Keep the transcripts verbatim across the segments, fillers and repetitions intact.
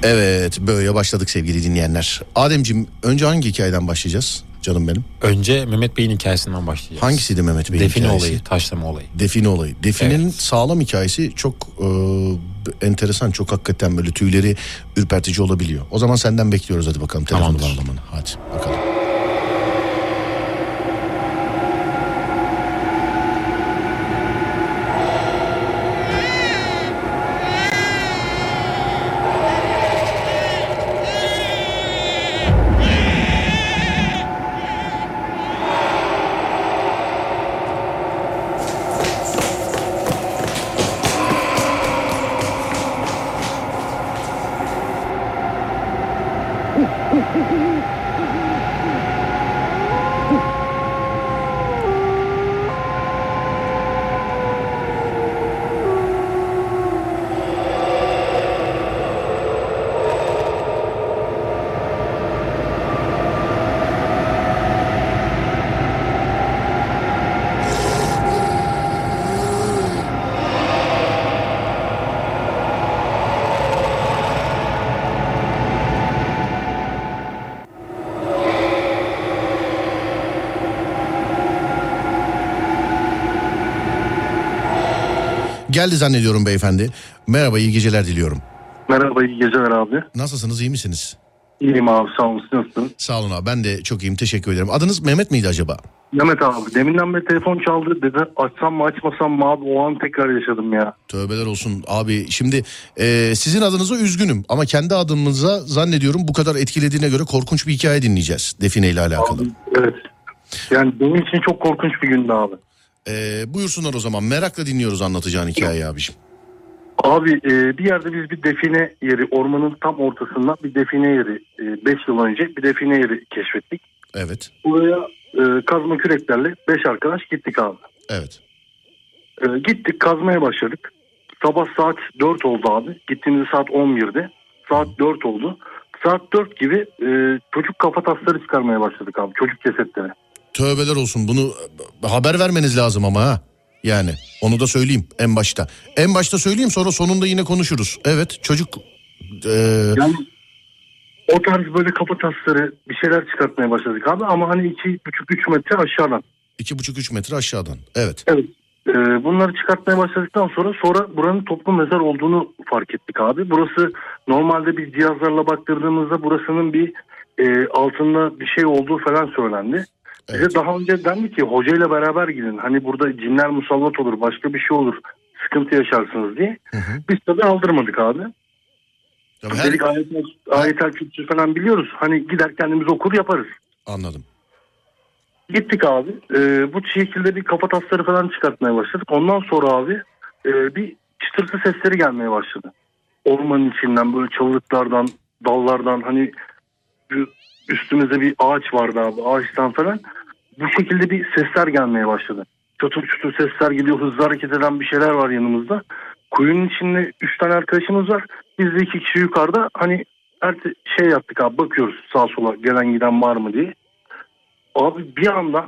Evet, böyle başladık sevgili dinleyenler. Ademciğim, önce hangi hikayeden başlayacağız canım benim? Önce Mehmet Bey'in hikayesinden başlayacağız. Hangisiydi Mehmet Bey'in Define hikayesi? olayı, taşlama olayı. Define olayı. Definenin Evet. sağlam hikayesi çok e, enteresan, çok hakikaten böyle tüyleri ürpertici olabiliyor. O zaman senden bekliyoruz, hadi bakalım telefonu bağlamanı. Hadi bakalım. Geldi zannediyorum beyefendi. Merhaba, iyi geceler diliyorum. Merhaba, iyi geceler abi. Nasılsınız, iyi misiniz? İyiyim abi, sağ olun, nasılsın? Sağ olun abi, ben de çok iyiyim, teşekkür ederim. Adınız Mehmet miydi acaba? Mehmet abi, deminden beri telefon çaldı dedi. Açsam mı açmasam mı abi, o an tekrar yaşadım ya. Tövbeler olsun abi. Şimdi e, sizin adınıza üzgünüm ama kendi adımıza zannediyorum bu kadar etkilediğine göre korkunç bir hikaye dinleyeceğiz Define ile alakalı. Abi, evet. Yani benim için çok korkunç bir gündü abi. E, buyursunlar o zaman, merakla dinliyoruz anlatacağın hikayeyi abiciğim. Abi e, bir yerde biz bir define yeri, ormanın tam ortasında bir define yeri, beş e, yıl önce bir define yeri keşfettik. Evet. Buraya e, kazma küreklerle beş arkadaş gittik abi. Evet. E, gittik, kazmaya başladık. Sabah saat dört oldu abi. Gittiğimizde saat on birde. Saat dört oldu. Saat dört gibi e, çocuk kafatasları çıkarmaya başladık abi. Çocuk cesetleri. Tövbeler olsun, bunu haber vermeniz lazım ama ha. Yani onu da söyleyeyim en başta. En başta söyleyeyim, sonra sonunda yine konuşuruz. Evet, çocuk... E... Yani o tarz böyle kafatasları bir şeyler çıkartmaya başladık abi. Ama hani iki buçuk üç metre aşağıdan. iki buçuk üç metre aşağıdan. Evet. Evet. E, bunları çıkartmaya başladıktan sonra sonra buranın toplu mezar olduğunu fark ettik abi. Burası normalde biz cihazlarla baktırdığımızda burasının bir e, altında bir şey olduğu falan söylendi. Bize Evet. daha önce dendi ki hocayla beraber gidin. Hani burada cinler musallat olur, başka bir şey olur, sıkıntı yaşarsınız diye. Hı hı. Biz tabii aldırmadık abi. Tabii her... Dedik ayetel, ayetel kürsü falan biliyoruz. Hani gider kendimiz okur yaparız. Anladım. Gittik abi. Ee, bu şekilde bir kafatasları falan çıkartmaya başladık. Ondan sonra abi e, bir çıtırtı sesleri gelmeye başladı. Ormanın içinden böyle çalılıklardan, dallardan, hani üstümüzde bir ağaç vardı abi, ağaçtan falan. Bu şekilde bir sesler gelmeye başladı. Çatır çutur sesler geliyor, hızlı hareket eden bir şeyler var yanımızda. Kuyunun içinde üç tane arkadaşımız var. Biz de iki kişi yukarıda, hani her şey yaptık abi, bakıyoruz sağa sola gelen giden var mı diye. Abi bir anda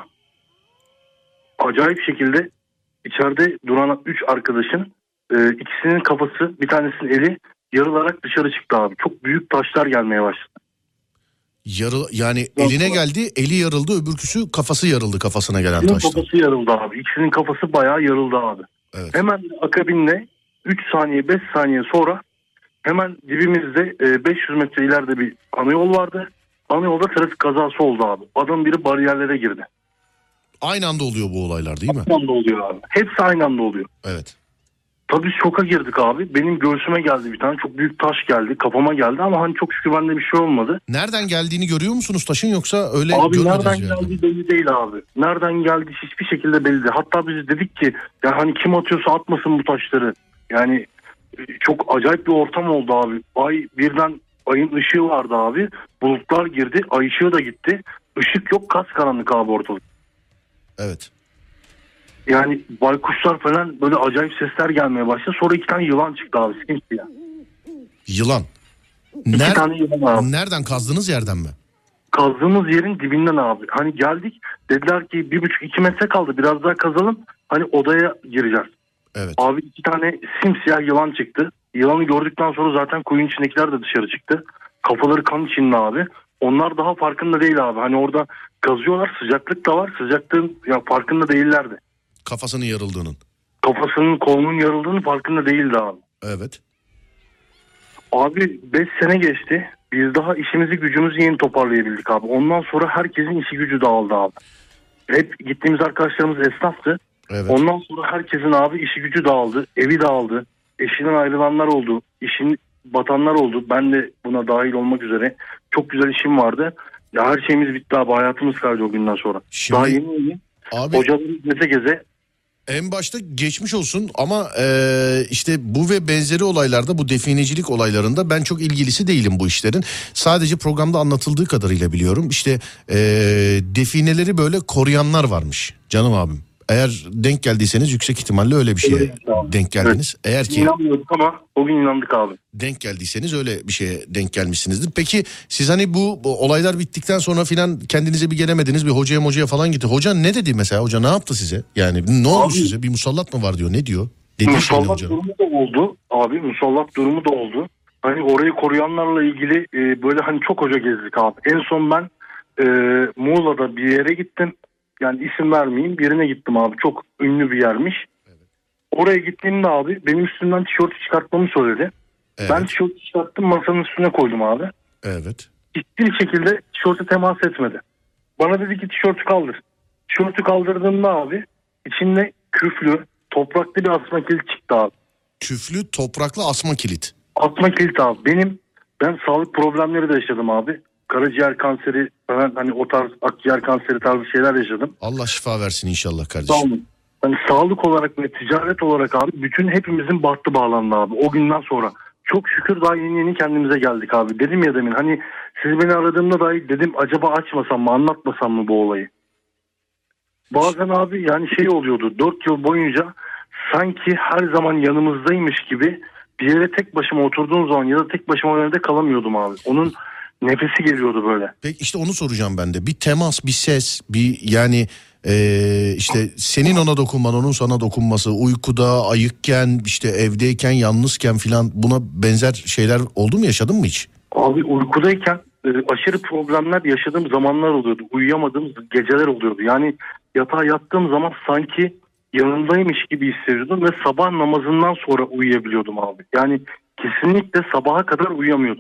acayip şekilde içeride duran üç arkadaşın e, ikisinin kafası, bir tanesinin eli yarılarak dışarı çıktı abi. Çok büyük taşlar gelmeye başladı. Yarı, yani eline geldi, eli yarıldı, öbürküsü kafası yarıldı, kafasına gelen İkisinin taştan. kafası yarıldı abi. İkisinin kafası bayağı yarıldı abi. Evet. Hemen akabinle üç saniye beş saniye sonra hemen dibimizde e, beş yüz metre ileride bir ana yol vardı. Ana yolda trafik kazası oldu abi. Adam biri bariyerlere girdi. Aynı anda oluyor bu olaylar değil mi? Aynı anda oluyor abi. Hepsi aynı anda oluyor. Evet. Tabii şoka girdik abi. Benim göğsüme geldi bir tane. Çok büyük taş geldi. Kafama geldi ama hani çok şükür bende bir şey olmadı. Nereden geldiğini görüyor musunuz taşın, yoksa öyle abi görmediniz nereden yani? geldiği belli değil abi. Nereden geldi hiçbir şekilde belli değil. Hatta biz dedik ki ya hani kim atıyorsa atmasın bu taşları. Yani çok acayip bir ortam oldu abi. Ay birden, ayın ışığı vardı abi. Bulutlar girdi. Ay ışığı da gitti. Işık yok, karanlık abi ortalık. Evet. Yani baykuşlar falan, böyle acayip sesler gelmeye başladı. Sonra iki tane yılan çıktı abi, simsiyah. Yılan. İki Ner- tane yılan abi. Nereden, kazdığınız yerden mi? Kazdığımız yerin dibinden abi. Hani geldik, dediler ki bir buçuk iki metre kaldı, biraz daha kazalım. Hani odaya gireceğiz. Evet. Abi iki tane simsiyah yılan çıktı. Yılanı gördükten sonra zaten kuyunun içindekiler de dışarı çıktı. Kafaları kan içinde abi. Onlar daha farkında değil abi. Hani orada kazıyorlar, sıcaklık da var. Sıcaklığın ya farkında değillerdi. Kafasının yarıldığının. Kafasının, kolunun yarıldığının farkında değildi abi. Evet. Abi beş sene geçti. Biz daha işimizi gücümüzü yeni toparlayabildik abi. Ondan sonra herkesin işi gücü dağıldı abi. Hep gittiğimiz arkadaşlarımız esnaftı. Evet. Ondan sonra herkesin abi işi gücü dağıldı. Evi dağıldı. Eşinden ayrılanlar oldu. İşin batanlar oldu. Ben de buna dahil olmak üzere. Çok güzel işim vardı. Ya her şeyimiz bitti abi. Hayatımız kaydı o günden sonra. Şimdi, daha yeni yeni. Abi Hocalarımız geze geze. en başta geçmiş olsun ama e, işte bu ve benzeri olaylarda, bu definecilik olaylarında ben çok ilgilisi değilim bu işlerin. Sadece programda anlatıldığı kadarıyla biliyorum. İşte e, defineleri böyle koruyanlar varmış canım abim. Eğer denk geldiyseniz yüksek ihtimalle öyle bir şeye Evet, tamam. denk geldiniz. Evet. Eğer ki İnanmıyorduk ama o gün inandık abi. denk geldiyseniz öyle bir şeye denk gelmişsinizdir. Peki siz hani bu, bu olaylar bittikten sonra filan kendinize bir gelemediniz, bir hocaya hocaya falan gitti. Hoca ne dedi mesela? Hoca ne yaptı size? Yani ne olmuş Abi, size? Bir musallat mı var diyor. Ne diyor? Dediği şey ne musallat hoca? durumu da oldu. Abi musallat durumu da oldu. Hani orayı koruyanlarla ilgili e, böyle hani çok hoca gezdik abi. En son ben e, Muğla'da bir yere gittim. Yani isim vermeyeyim. Birine gittim abi. Çok ünlü bir yermiş. Evet. Oraya gittiğimde abi benim üstümden tişörtü çıkartmamı söyledi. Evet. Ben tişörtü çıkarttım, masanın üstüne koydum abi. Evet. Hiçbir şekilde tişörtü temas etmedi. Bana dedi ki tişörtü kaldır. Tişörtü kaldırdığımda abi içinde küflü, topraklı bir asma kilit çıktı abi. Küflü topraklı asma kilit. Asma kilit abi. Benim ben sağlık problemleri de yaşadım abi. Karaciğer kanseri falan, hani o tarz akciğer kanseri tarzı şeyler yaşadım. Allah şifa versin inşallah kardeşim. Sağ olun. Hani sağlık olarak ve ticaret olarak abi bütün hepimizin bahtı bağlandı abi o günden sonra. Çok şükür daha yeni yeni kendimize geldik abi. Dedim ya demin, hani siz beni aradığımda dahi dedim acaba açmasam mı, anlatmasam mı bu olayı? Bazen abi yani şey oluyordu, dört yıl boyunca sanki her zaman yanımızdaymış gibi bir yere tek başıma oturduğum zaman ya da tek başıma evde kalamıyordum abi. Onun nefesi geliyordu böyle. Peki işte onu soracağım ben de. Bir temas, bir ses, bir yani ee, işte senin ona dokunman, onun sana dokunması, uykuda, ayıkken, işte evdeyken, yalnızken filan, buna benzer şeyler oldu mu, yaşadın mı hiç? Abi uykudayken e, aşırı problemler yaşadığım zamanlar oluyordu. Uyuyamadığım geceler oluyordu. Yani yatağa yattığım zaman sanki yanındaymış gibi hissediyordum ve sabah namazından sonra uyuyabiliyordum abi. Yani kesinlikle sabaha kadar uyuyamıyordum.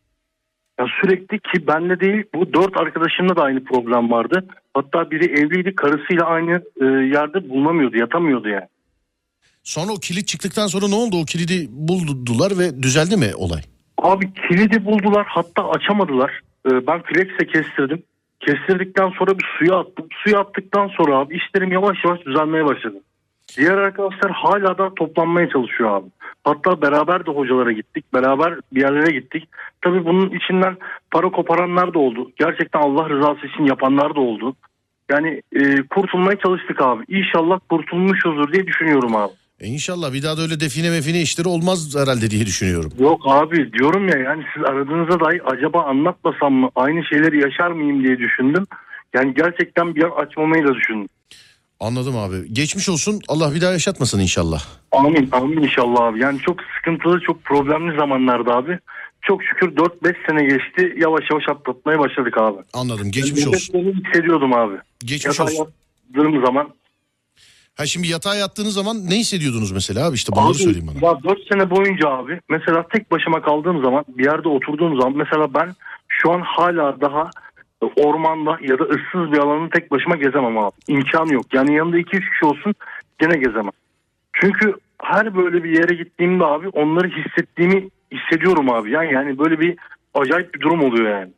Ya sürekli, ki benle değil bu dört arkadaşımda da aynı problem vardı. Hatta biri evliydi, karısıyla aynı e, yerde bulunamıyordu, yatamıyordu yani. Sonra o kilit çıktıktan sonra ne oldu? O kilidi buldular ve düzeldi mi olay? Abi kilidi buldular, hatta açamadılar. Ee, ben flex'e kestirdim. Kestirdikten sonra bir suya attım. Suya attıktan sonra abi işlerim yavaş yavaş düzelmeye başladı. Diğer arkadaşlar hala da toplanmaya çalışıyor abi. Hatta beraber de hocalara gittik. Beraber bir yerlere gittik. Tabii bunun içinden para koparanlar da oldu. Gerçekten Allah rızası için yapanlar da oldu. Yani e, kurtulmaya çalıştık abi. İnşallah kurtulmuşuzdur diye düşünüyorum abi. E inşallah bir daha da öyle define mefine işleri olmaz herhalde diye düşünüyorum. Yok abi, diyorum ya, yani siz aradığınızda dahi acaba anlatmasam mı, aynı şeyleri yaşar mıyım diye düşündüm. Yani gerçekten bir an açmamayı da düşündüm. Anladım abi. Geçmiş olsun. Allah bir daha yaşatmasın inşallah. Amin amin inşallah abi. Yani çok sıkıntılı, çok problemli zamanlarda abi. Çok şükür dört beş sene geçti. Yavaş yavaş atlatmaya başladık abi. Anladım. Geçmiş yani olsun. hissediyordum abi. Geçmiş Yatağa olsun. yattığım zaman. Ha şimdi yatağa yattığınız zaman ne hissediyordunuz mesela abi? İşte bunları Abi, söyleyeyim bana. Ya dört sene boyunca abi mesela tek başıma kaldığım zaman, bir yerde oturduğum zaman, mesela ben şu an hala daha ormanda ya da ıssız bir alanı tek başıma gezemem abi. İmkanı yok. Yani yanında iki üç kişi olsun gene gezemem. Çünkü her böyle bir yere gittiğimde abi onları hissettiğimi hissediyorum abi. Yani, yani böyle bir acayip bir durum oluyor yani.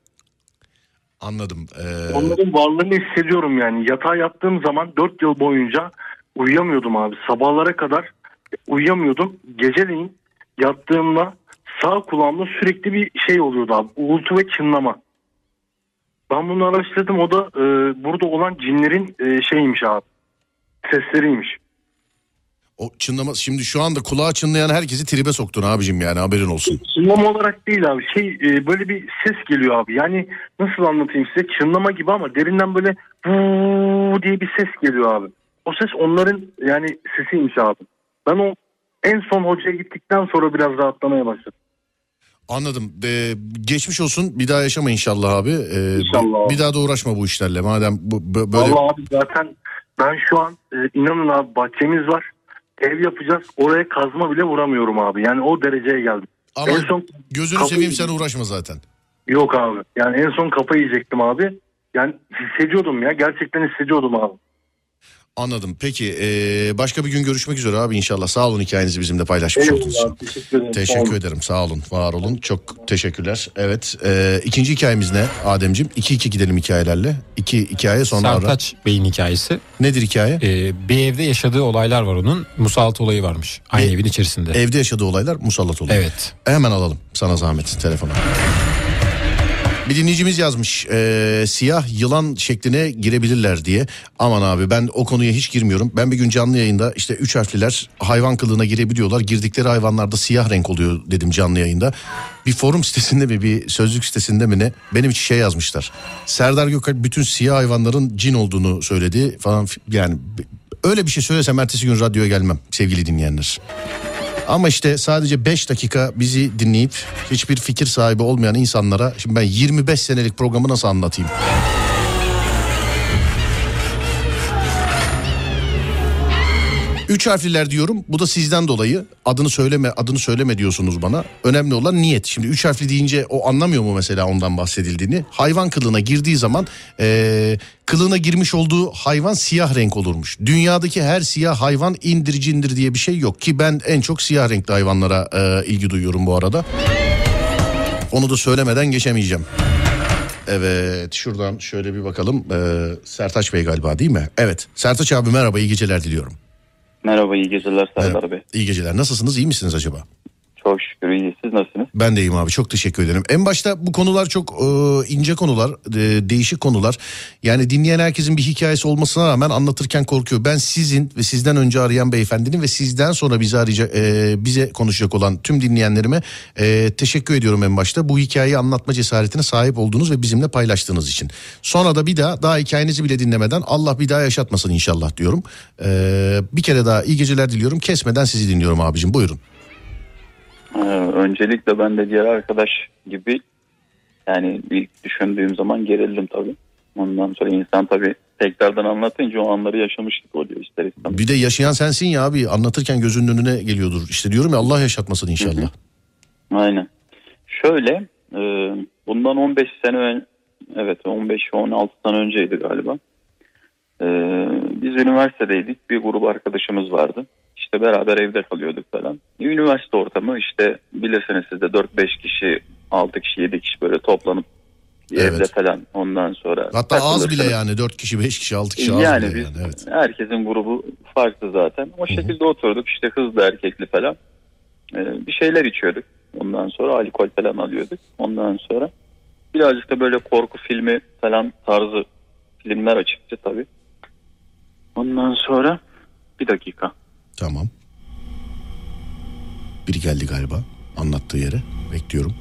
Anladım. Ee... Onların varlığını hissediyorum yani. Yatağa yattığım zaman dört yıl boyunca uyuyamıyordum abi. Sabahlara kadar uyuyamıyordum. Geceleyin yattığımda sağ kulağımda sürekli bir şey oluyordu abi. Uğultu ve çınlama. Ben bunu araştırdım. O da e, burada olan cinlerin e, şeyiymiş abi. Sesleriymiş. O çınlama, şimdi şu anda kulağa çınlayan herkesi tribe soktun abicim, yani haberin olsun. Çınlama olarak değil abi. Şey e, böyle bir ses geliyor abi. Yani nasıl anlatayım size? Çınlama gibi ama derinden böyle vuuu diye bir ses geliyor abi. O ses onların yani sesiymiş abi. Ben o En son hocaya gittikten sonra biraz rahatlamaya başladım. Anladım. Ee, geçmiş olsun. Bir daha yaşama inşallah abi. Ee, İnşallah. Bir, bir daha da uğraşma bu işlerle. Madem bu, bö- böyle... Vallahi abi zaten ben şu an e, inanın abi bahçemiz var. Ev yapacağız. Oraya kazma bile vuramıyorum abi. Yani o dereceye geldim. Ama en son gözünü kapıyı- seveyim sen uğraşma zaten. Yok abi. Yani en son kafayı yiyecektim abi. Yani hissediyordum ya. Gerçekten hissediyordum abi. Anladım. Peki ee, başka bir gün görüşmek üzere abi inşallah. Sağ olun hikayenizi bizimle paylaşmış olduğunuz için. Eyvallah, teşekkür ederim. Sağ Teşekkür olun. ederim. Sağ olun. Var olun. Çok teşekkürler. Evet. E, ikinci hikayemiz ne Ademciğim? İki iki gidelim hikayelerle. İki hikaye sonra ara. Sertaç Bey'in hikayesi. Nedir hikaye? Ee, bir evde yaşadığı olaylar var onun. Musallat olayı varmış. Aynı E- evin içerisinde. Evde yaşadığı olaylar musallat oluyor. Evet. Hemen alalım sana zahmet telefonu. Bir dinleyicimiz yazmış e, siyah yılan şekline girebilirler diye. Aman abi ben o konuya hiç girmiyorum. Ben bir gün canlı yayında işte üç harfliler hayvan kılığına girebiliyorlar. Girdikleri hayvanlarda siyah renk oluyor dedim canlı yayında. Bir forum sitesinde mi bir sözlük sitesinde mi ne benim için şey yazmışlar. Serdar Gökalp bütün siyah hayvanların cin olduğunu söyledi falan yani öyle bir şey söylesem ertesi gün radyoya gelmem sevgili dinleyenler. Ama işte sadece beş dakika bizi dinleyip hiçbir fikir sahibi olmayan insanlara şimdi ben yirmi beş senelik programı nasıl anlatayım? Üç harfliler diyorum. Bu da sizden dolayı. Adını söyleme, adını söyleme diyorsunuz bana. Önemli olan niyet. Şimdi üç harfli deyince o anlamıyor mu mesela ondan bahsedildiğini? Hayvan kılığına girdiği zaman ee, kılığına girmiş olduğu hayvan siyah renk olurmuş. Dünyadaki her siyah hayvan indir cindir diye bir şey yok ki ben en çok siyah renkli hayvanlara ee, ilgi duyuyorum bu arada. Onu da söylemeden geçemeyeceğim. Evet, şuradan şöyle bir bakalım. Ee, Sertaç Bey galiba değil mi? Evet. Sertaç abi merhaba, iyi geceler diliyorum. Merhaba, iyi geceler Serdar Evet, Bey. İyi geceler. Nasılsınız? İyi misiniz acaba? Çok şükür iyiyiz. Siz nasılsınız? Ben de iyiyim abi. Çok teşekkür ederim. En başta bu konular çok e, ince konular, e, değişik konular. Yani dinleyen herkesin bir hikayesi olmasına rağmen anlatırken korkuyor. Ben sizin ve sizden önce arayan beyefendinin ve sizden sonra bizi arayacak, e, bize konuşacak olan tüm dinleyenlerime e, teşekkür ediyorum en başta. Bu hikayeyi anlatma cesaretine sahip olduğunuz ve bizimle paylaştığınız için. Sonra da bir daha daha hikayenizi bile dinlemeden Allah bir daha yaşatmasın inşallah diyorum. E, bir kere daha iyi geceler diliyorum. Kesmeden sizi dinliyorum abicim. Buyurun. Ee, öncelikle ben de diğer arkadaş gibi yani ilk düşündüğüm zaman gerildim tabii. Ondan sonra insan tabii tekrardan anlatınca o anları yaşamış gibi oluyor ister istemez. Bir de yaşayan sensin ya abi, anlatırken gözünün önüne geliyordur. İşte diyorum ya Allah yaşatmasın inşallah. Hı hı. Aynen. Şöyle e, bundan on beş sene ön, evet on beş on altı sene önceydi galiba. E, biz üniversitedeydik, bir grup arkadaşımız vardı. İşte beraber evde kalıyorduk falan. Üniversite ortamı işte bilirsiniz siz de dört beş kişi, altı kişi, yedi kişi böyle toplanıp Evet. evde falan ondan sonra. Hatta az bile takılırsınız. yani dört kişi beş kişi altı kişi az Yani bile biz yani. Evet. herkesin grubu farklı zaten. O şekilde oturduk işte hızlı erkekli falan. Ee, bir şeyler içiyorduk. Ondan sonra alkol falan alıyorduk. Ondan sonra birazcık da böyle korku filmi falan tarzı filmler açıkça tabii. Ondan sonra bir dakika. Tamam. Biri geldi galiba anlattığı yere, bekliyorum.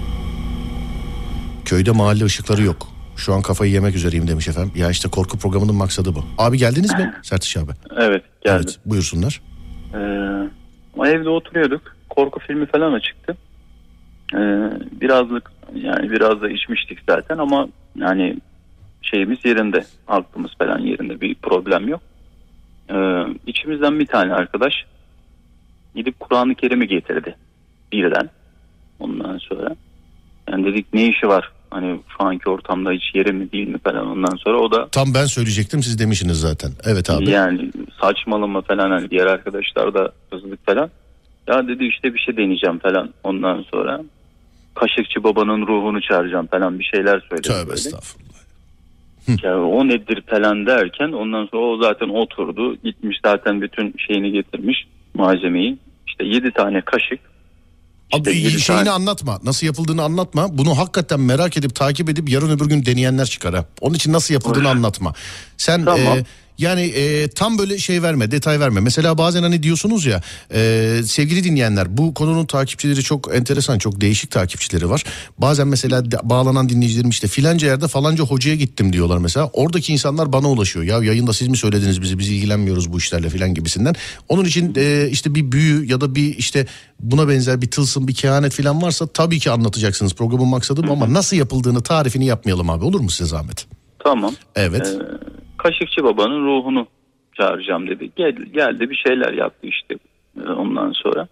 Köyde mahalle ışıkları yok. Şu an kafayı yemek üzereyim demiş efendim. Ya işte korku programının maksadı bu. Abi geldiniz mi Sertaç abi? Evet geldi. Evet, buyursunlar. Ee, o evde oturuyorduk. Korku filmi falan açıktı. Ee, birazlık yani biraz da içmiştik zaten ama yani şeyimiz yerinde. Aklımız falan yerinde, bir problem yok. Ee, içimizden bir tane arkadaş gidip Kur'an-ı Kerim'i getirdi birden. Ondan sonra yani dedik ne işi var? Hani şu anki ortamda hiç yeri mi değil mi falan, ondan sonra o da Tam ben söyleyecektim, siz demişsiniz zaten. Evet abi. yani saçmalama falan, hani diğer arkadaşlar da kızdık falan. Ya dedi işte bir şey deneyeceğim falan, ondan sonra Kaşıkçı babanın ruhunu çağıracağım falan bir şeyler söyledi. Tövbe böyle. estağfurullah. Ya o nedir falan derken ondan sonra o zaten oturdu, gitmiş zaten bütün şeyini getirmiş, malzemeyi. İşte yedi tane kaşık. Abi İşte yedi şeyini tane- anlatma. Nasıl yapıldığını anlatma. Bunu hakikaten merak edip takip edip yarın öbür gün deneyenler çıkar ha. Onun için nasıl yapıldığını Of. anlatma. Sen Tamam. e, Yani e, tam böyle şey verme, detay verme. Mesela bazen hani diyorsunuz ya e, sevgili dinleyenler, bu konunun takipçileri çok enteresan, çok değişik takipçileri var. Bazen mesela de, bağlanan dinleyicilerim işte filanca yerde falanca hocaya gittim diyorlar mesela. Oradaki insanlar bana ulaşıyor. Ya yayında siz mi söylediniz bizi, biz ilgilenmiyoruz bu işlerle filan gibisinden. Onun için e, işte bir büyü ya da bir işte buna benzer bir tılsım, bir kehanet filan varsa tabii ki anlatacaksınız. Programın maksadı bu ama nasıl yapıldığını, tarifini yapmayalım abi, olur mu size zahmet? Tamam. Evet. Ee, Kaşıkçı babanın ruhunu çağıracağım dedi. Gel, geldi bir şeyler yaptı işte ondan sonra.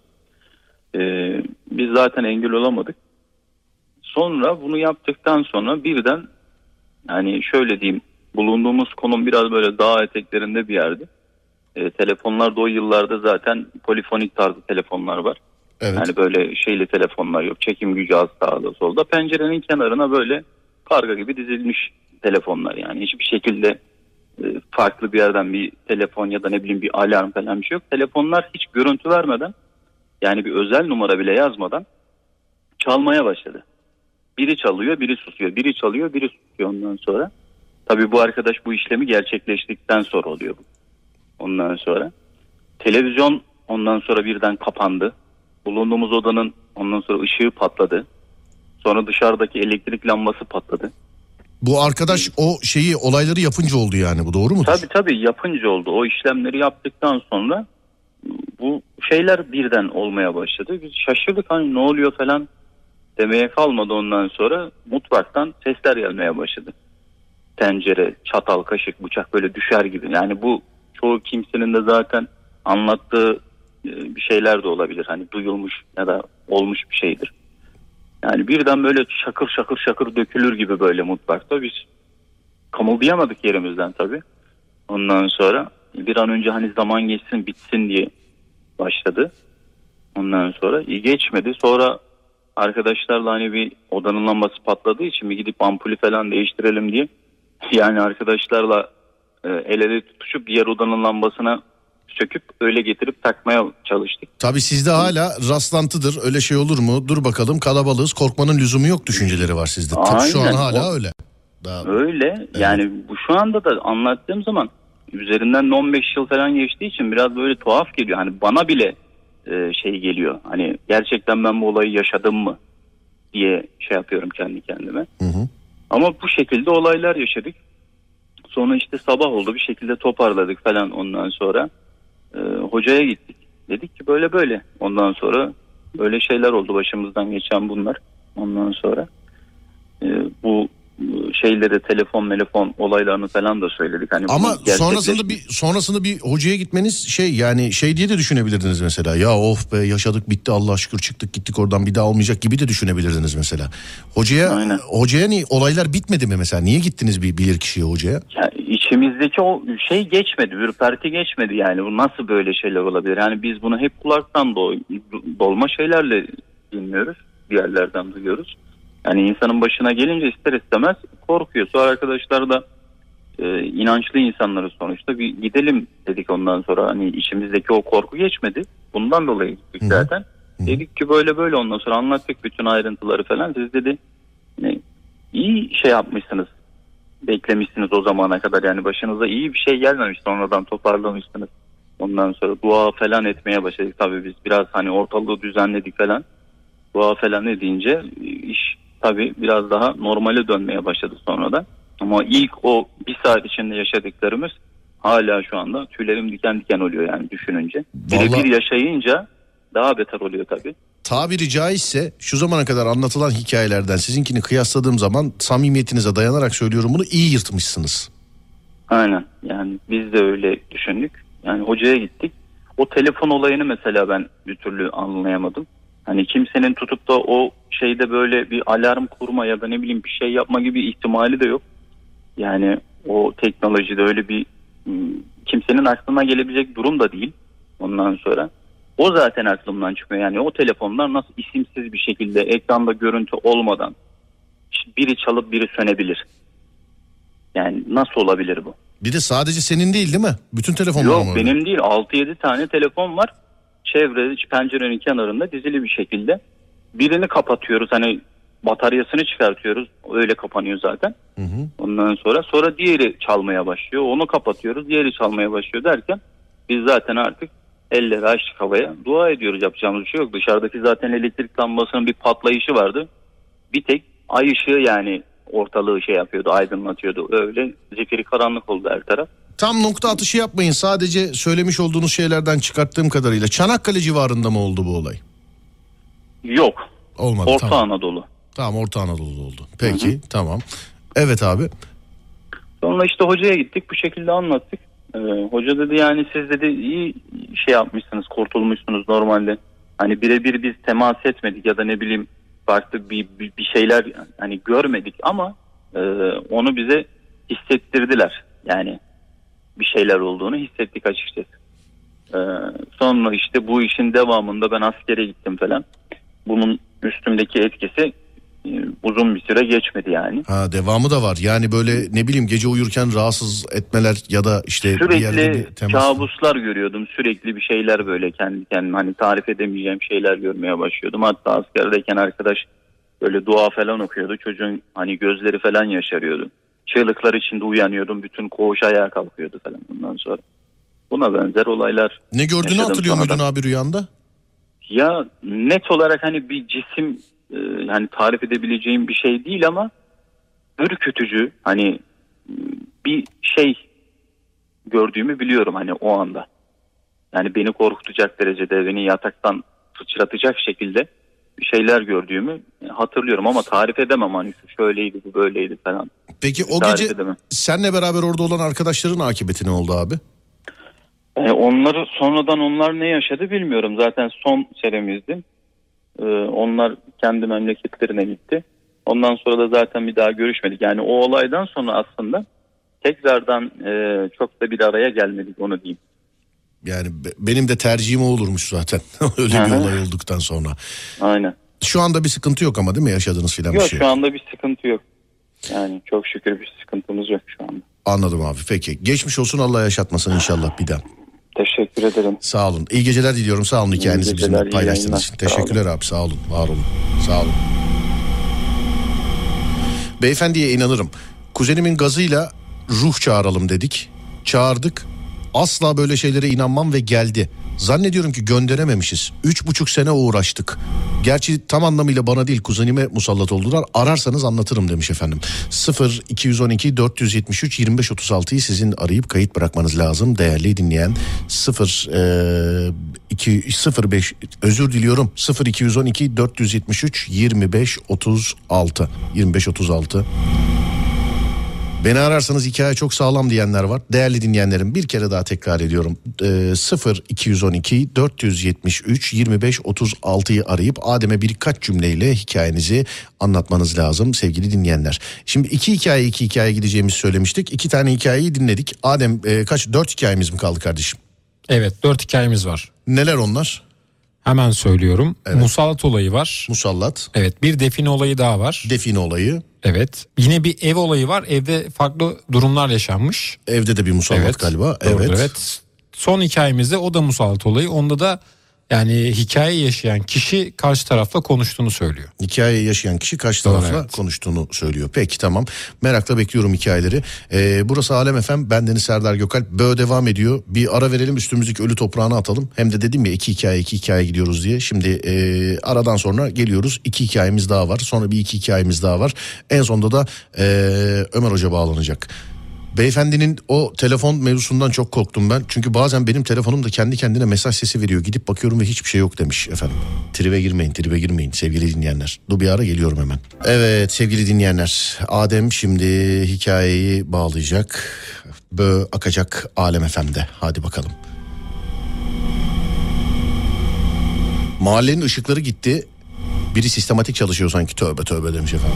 Ee, biz zaten engel olamadık. Sonra bunu yaptıktan sonra birden, yani şöyle diyeyim, bulunduğumuz konum biraz böyle dağ eteklerinde bir yerdi. Ee, telefonlar da o yıllarda zaten polifonik tarzı telefonlar var. Evet. Yani böyle şeyli telefonlar yok. Çekim gücü az sağda solda. Pencerenin kenarına böyle karga gibi dizilmiş telefonlar, yani hiçbir şekilde e, farklı bir yerden bir telefon ya da ne bileyim bir alarm falan bir şey yok. Telefonlar hiç görüntü vermeden, yani bir özel numara bile yazmadan çalmaya başladı. Biri çalıyor, biri susuyor. Biri çalıyor, biri susuyor ondan sonra. Tabii bu arkadaş bu işlemi gerçekleştikten sonra oluyor bu. Ondan sonra televizyon ondan sonra birden kapandı. Bulunduğumuz odanın ondan sonra ışığı patladı. Sonra dışarıdaki elektrik lambası patladı. Bu arkadaş o şeyi, olayları yapınca oldu yani, bu doğru mudur? Tabii tabii yapınca oldu. O işlemleri yaptıktan sonra bu şeyler birden olmaya başladı. Biz şaşırdık, hani ne oluyor falan demeye kalmadı ondan sonra. Mutfaktan sesler gelmeye başladı. Tencere, çatal, kaşık, bıçak böyle düşer gibi. Yani bu çoğu kimsenin de zaten anlattığı bir şeyler de olabilir. Hani duyulmuş ya da olmuş bir şeydir. Yani birden böyle şakır şakır şakır dökülür gibi böyle mutfakta. Biz kımıldayamadık yerimizden tabii. Ondan sonra bir an önce hani zaman geçsin bitsin diye başladı. Ondan sonra iyi geçmedi. Sonra arkadaşlarla hani bir odanın lambası patladığı için bir gidip ampulü falan değiştirelim diye. Yani arkadaşlarla e, el ele tutuşup diğer odanın lambasına söküp öyle getirip takmaya çalıştık. Tabii sizde hala rastlantıdır, öyle şey olur mu? Dur bakalım, kalabalığız, korkmanın lüzumu yok düşünceleri var sizde. Tabii şu an hala o, öyle. Daha... Öyle evet. Yani bu şu anda da anlattığım zaman üzerinden on beş yıl falan geçtiği için biraz böyle tuhaf geliyor. Hani bana bile e, şey geliyor. Hani gerçekten ben bu olayı yaşadım mı diye şey yapıyorum kendi kendime. Hı hı. Ama bu şekilde olaylar yaşadık. Sonra işte sabah oldu, bir şekilde toparladık falan ondan sonra. E, hocaya gittik. Dedik ki böyle böyle. Ondan sonra böyle şeyler oldu, başımızdan geçen bunlar. Ondan sonra e, bu şeyleri, telefon telefon olaylarını falan da söyledik. Hani ama sonrasında bir sonrasında bir hocaya gitmeniz şey, yani şey diye de düşünebilirdiniz mesela. Ya of be, yaşadık bitti Allah'a şükür, çıktık gittik oradan, bir daha olmayacak gibi de düşünebilirdiniz mesela. Hocaya Aynen. hocaya niye, olaylar bitmedi mi mesela? Niye gittiniz bir bilir kişiye, hocaya? Yani içimizdeki o şey geçmedi, ürperti geçmedi yani. Bu nasıl böyle şeyler olabilir? Yani biz bunu hep kulaktan dolma şeylerle dinliyoruz, bir yerlerden duyuyoruz. Yani insanın başına gelince ister istemez korkuyor. Sonra arkadaşlar da e, inançlı insanları sonuçta, bir gidelim dedik ondan sonra. Hani içimizdeki o korku geçmedi. Bundan dolayı gittik zaten. Hı hı. Dedik ki böyle böyle, ondan sonra anlattık bütün ayrıntıları falan. Siz dedi ne, iyi şey yapmışsınız. Beklemişsiniz o zamana kadar, yani başınıza iyi bir şey gelmemiş, sonradan toparlamışsınız. Ondan sonra dua falan etmeye başladık. Tabii biz biraz hani ortalığı düzenledik falan. Dua falan edince iş tabii biraz daha normale dönmeye başladı sonradan. Ama ilk o bir saat içinde yaşadıklarımız hala şu anda tüylerim diken diken oluyor yani düşününce. Vallahi... Birebir yaşayınca daha beter oluyor tabii. Tabiri caizse şu zamana kadar anlatılan hikayelerden sizinkini kıyasladığım zaman, samimiyetinize dayanarak söylüyorum bunu, iyi yırtmışsınız. Aynen, yani biz de öyle düşündük. Yani hocaya gittik. O telefon olayını mesela ben bir türlü anlayamadım. Hani kimsenin tutup da o şeyde böyle bir alarm kurma ya da ne bileyim bir şey yapma gibi ihtimali de yok. Yani o teknolojide öyle bir kimsenin aklına gelebilecek durum da değil. Ondan sonra o zaten aklımdan çıkmıyor. Yani o telefonlar nasıl isimsiz bir şekilde ekranda görüntü olmadan biri çalıp biri sönebilir? Yani nasıl olabilir bu? Bir de sadece senin değil değil mi? Bütün telefonlar mı? Yok, benim değil. altı yedi tane telefon var. Çevrede pencerenin kenarında dizili bir şekilde. Birini kapatıyoruz, hani bataryasını çıkartıyoruz. Öyle kapanıyor zaten. Hı hı. Ondan sonra sonra diğeri çalmaya başlıyor. Onu kapatıyoruz. Diğeri çalmaya başlıyor derken biz zaten artık elleri açtık havaya. Dua ediyoruz, yapacağımız bir şey yok. Dışarıdaki zaten elektrik lambasının bir patlayışı vardı. Bir tek ay ışığı yani ortalığı şey yapıyordu, aydınlatıyordu. Öyle zifiri karanlık oldu her taraf. Tam nokta atışı yapmayın. Sadece söylemiş olduğunuz şeylerden çıkarttığım kadarıyla Çanakkale civarında mı oldu bu olay? Yok. Olmadı. Orta tamam. Anadolu. Tamam, Orta Anadolu'da oldu. Peki, Hı hı. tamam. Evet abi. Sonra işte hocaya gittik, bu şekilde anlattık. Ee, hoca dedi yani siz dedi iyi şey yapmışsınız, kurtulmuşsunuz normalde. Hani birebir biz temas etmedik ya da ne bileyim farklı bir, bir, bir şeyler hani görmedik ama e, onu bize hissettirdiler. Yani bir şeyler olduğunu hissettik açıkçası. Ee, sonra işte bu işin devamında ben askere gittim falan. Bunun üstümdeki etkisi e, uzun bir süre geçmedi yani. Ha, devamı da var. Yani böyle ne bileyim gece uyurken rahatsız etmeler ya da işte bir yerde bir Sürekli temas. kabuslar görüyordum. Sürekli bir şeyler böyle kendi kendime hani tarif edemeyeceğim şeyler görmeye başlıyordum. Hatta askerdeyken arkadaş böyle dua falan okuyordu. Çocuğun hani gözleri falan yaşarıyordu. Çığlıklar içinde uyanıyordum. Bütün koğuş ayağa kalkıyordu falan bundan sonra. Buna benzer olaylar Ne gördüğünü yaşadım hatırlıyor muydun sonradan. abi rüyanda? Ya net olarak hani bir cisim e, hani tarif edebileceğim bir şey değil ama ürkütücü hani bir şey gördüğümü biliyorum hani o anda. Yani beni korkutacak derecede, beni yataktan sıçratacak şekilde bir şeyler gördüğümü hatırlıyorum ama tarif edemem hani şu şöyleydi bu böyleydi falan. Peki o Tarif gece edemem. senle beraber orada olan arkadaşların akıbeti ne oldu abi? E, onları sonradan onlar ne yaşadı bilmiyorum. Zaten son seremizdi. E, onlar kendi memleketlerine gitti. Ondan sonra da zaten bir daha görüşmedik. Yani o olaydan sonra aslında tekrardan e, çok da bir araya gelmedik, onu diyeyim. Yani be- benim de tercihim o olurmuş zaten. Öyle bir Hı hı. olay olduktan sonra. Aynen. Şu anda bir sıkıntı yok ama değil mi yaşadığınız filan bir Yok şey? şu anda bir sıkıntı yok. Yani çok şükür bir sıkıntımız yok şu anda. Anladım abi, peki. Geçmiş olsun, Allah yaşatmasın inşallah bir daha. Teşekkür ederim. Sağ olun. İyi geceler diliyorum. Sağ olun hikayenizi geceler, bizimle iyi paylaştığınız için. yayınlar. Sağ Teşekkürler abi. Sağ olun. Var olun. Sağ olun. Beyefendiye inanırım. Kuzenimin gazıyla ruh çağıralım dedik. Çağırdık. Asla böyle şeylere inanmam ve geldi. Zannediyorum ki gönderememişiz. Üç buçuk sene uğraştık. Gerçi tam anlamıyla bana değil kuzenime musallat oldular. Ararsanız anlatırım demiş efendim. sıfır iki on iki dört yüz yetmiş üç yirmi beş otuz altıyı sizin arayıp kayıt bırakmanız lazım değerli dinleyen. sıfır iki sıfır beş özür diliyorum. sıfır iki on iki dört yüz yetmiş üç yirmi beş otuz altı yirmi beş otuz altı. Beni ararsanız hikaye çok sağlam diyenler var. Değerli dinleyenlerim, bir kere daha tekrar ediyorum. Ee, sıfır iki on iki dört yüz yetmiş üç yirmi beş otuz altıyı arayıp Adem'e birkaç cümleyle hikayenizi anlatmanız lazım sevgili dinleyenler. Şimdi iki hikaye iki hikaye gideceğimizi söylemiştik. İki tane hikayeyi dinledik. Adem e, kaç dört hikayemiz mi kaldı kardeşim? Evet, dört hikayemiz var. Neler onlar? Hemen söylüyorum. Evet. Musallat olayı var. Musallat, Evet, bir define olayı daha var. define olayı, Evet. Yine bir ev olayı var. Evde farklı durumlar yaşanmış. evde de bir musallat Evet. galiba. Doğrudur, Evet. evet. Son hikayemizde o da musallat olayı. Onda da yani hikaye yaşayan kişi karşı tarafla konuştuğunu söylüyor. Hikayeyi yaşayan kişi karşı Doğru, tarafla evet. konuştuğunu söylüyor. Peki tamam. Merakla bekliyorum hikayeleri. Ee, burası Alem F M. Bendeniz Serdar Gökalp. Bö devam ediyor. Bir ara verelim, üstümüzdeki ölü toprağını atalım. Hem de dedim ya iki hikaye iki hikaye gidiyoruz diye. Şimdi e, aradan sonra geliyoruz. İki hikayemiz daha var. Sonra bir iki hikayemiz daha var. En sonunda da e, Ömer Hoca bağlanacak. Beyefendinin o telefon mevzusundan çok korktum ben. Çünkü bazen benim telefonum da kendi kendine mesaj sesi veriyor. Gidip bakıyorum ve hiçbir şey yok demiş efendim. Tribe girmeyin, tribe girmeyin sevgili dinleyenler. Dur bir ara geliyorum hemen. Evet sevgili dinleyenler. Adem şimdi hikayeyi bağlayacak. Bö akacak Alem F M'de. Hadi bakalım. Mahallenin ışıkları gitti. Biri sistematik çalışıyor sanki. Tövbe tövbe demiş efendim.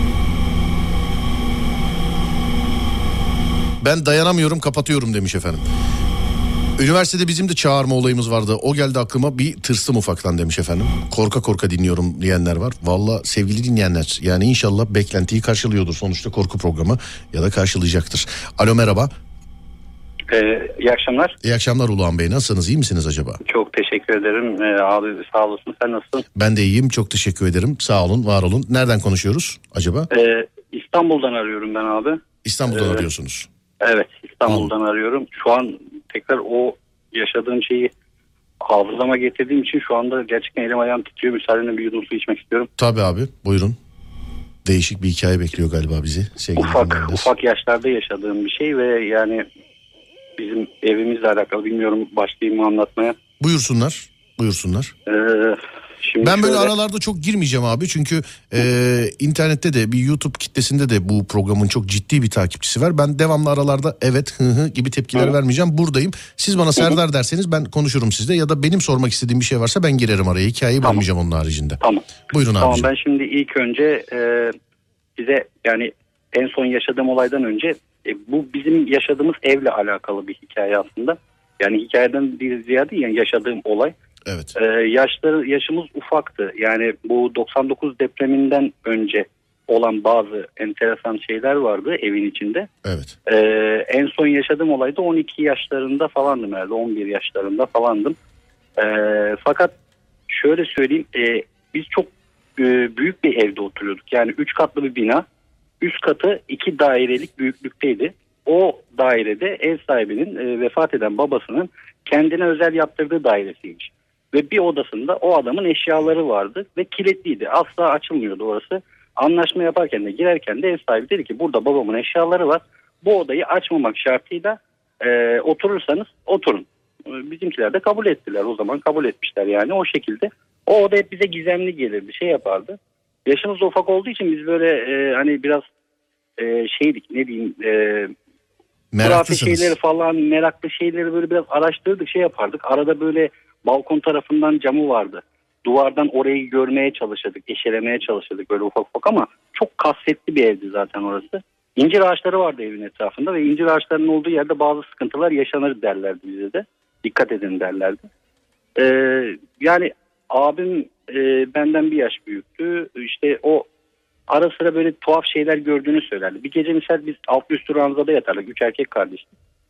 Ben dayanamıyorum, kapatıyorum demiş efendim. Üniversitede bizim de çağırma olayımız vardı. O geldi aklıma, bir tırstım ufaktan demiş efendim. Korka korka dinliyorum diyenler var. Valla sevgili dinleyenler, yani inşallah beklentiyi karşılıyordur. Sonuçta korku programı ya da karşılayacaktır. Alo merhaba. Ee, iyi akşamlar. İyi akşamlar Uluhan Bey. Nasılsınız? İyi misiniz acaba? Çok teşekkür ederim. Ee, abi sağ olasın. Sen nasılsın? Ben de iyiyim. Çok teşekkür ederim. Sağ olun, var olun. Nereden konuşuyoruz acaba? Ee, İstanbul'dan arıyorum ben abi. İstanbul'dan Ee, arıyorsunuz. Evet, İstanbul'dan arıyorum. Şu an tekrar o yaşadığım şeyi hafızama getirdiğim için şu anda gerçekten elim ayağım titriyor. Müsaadenle bir yudum su içmek istiyorum. Tabii abi, buyurun. Değişik bir hikaye bekliyor galiba bizi. Sevgili Ufak dinleyenler. ufak yaşlarda yaşadığım bir şey ve yani bizim evimizle alakalı, bilmiyorum başlayayım mı anlatmaya. Buyursunlar. Buyursunlar. Ee, şimdi Ben böyle şöyle... aralarda çok girmeyeceğim abi. Çünkü e, internette de bir YouTube kitlesinde de bu programın çok ciddi bir takipçisi var. Ben devamlı aralarda evet hı hı gibi tepkiler Hı. vermeyeceğim. Buradayım. Siz bana Serdar derseniz ben konuşurum sizle. Ya da benim sormak istediğim bir şey varsa ben girerim araya. Hikayeyi Tamam. bölmeyeceğim onun haricinde. Tamam. Buyurun Tamam, abicim. ben şimdi ilk önce e, size yani en son yaşadığım olaydan önce e, bu bizim yaşadığımız evle alakalı bir hikaye aslında. Yani hikayeden bir ziyade yani yaşadığım olay. Evet. E, yaşları yaşımız ufaktı. Yani bu doksan dokuz depreminden önce olan bazı enteresan şeyler vardı evin içinde. Evet. E, en son yaşadığım olayda on iki yaşlarında falandım herhalde, on bir yaşlarında falandım. E, fakat şöyle söyleyeyim, e, biz çok e, büyük bir evde oturuyorduk. Yani üç katlı bir bina. Üst katı iki dairelik büyüklükteydi. O dairede ev sahibinin e, vefat eden babasının kendine özel yaptırdığı dairesiymiş. Ve bir odasında o adamın eşyaları vardı ve kilitliydi. Asla açılmıyordu orası. Anlaşma yaparken de girerken de ev sahibi dedi ki burada babamın eşyaları var. Bu odayı açmamak şartıyla e, oturursanız oturun. E, bizimkiler de kabul ettiler, o zaman kabul etmişler yani o şekilde. O oda hep bize gizemli gelirdi, şey yapardı. Yaşımız da ufak olduğu için biz böyle e, hani biraz e, şeydik, ne diyeyim, e, hurafe şeyleri Meraklısınız. falan, meraklı şeyleri böyle biraz araştırdık, şey yapardık. Arada böyle balkon tarafından camı vardı. Duvardan orayı görmeye çalışırdık, eşelemeye çalışırdık böyle ufak ufak, ama çok kasvetli bir evdi zaten orası. İncir ağaçları vardı evin etrafında ve incir ağaçlarının olduğu yerde bazı sıkıntılar yaşanır derlerdi bize de. Dikkat edin derlerdi. Ee, yani abim e, benden bir yaş büyüktü. İşte o ara sıra böyle tuhaf şeyler gördüğünü söylerdi. Bir gece misal biz alt üstü ranzada yatardık. Üç erkek kardeştik.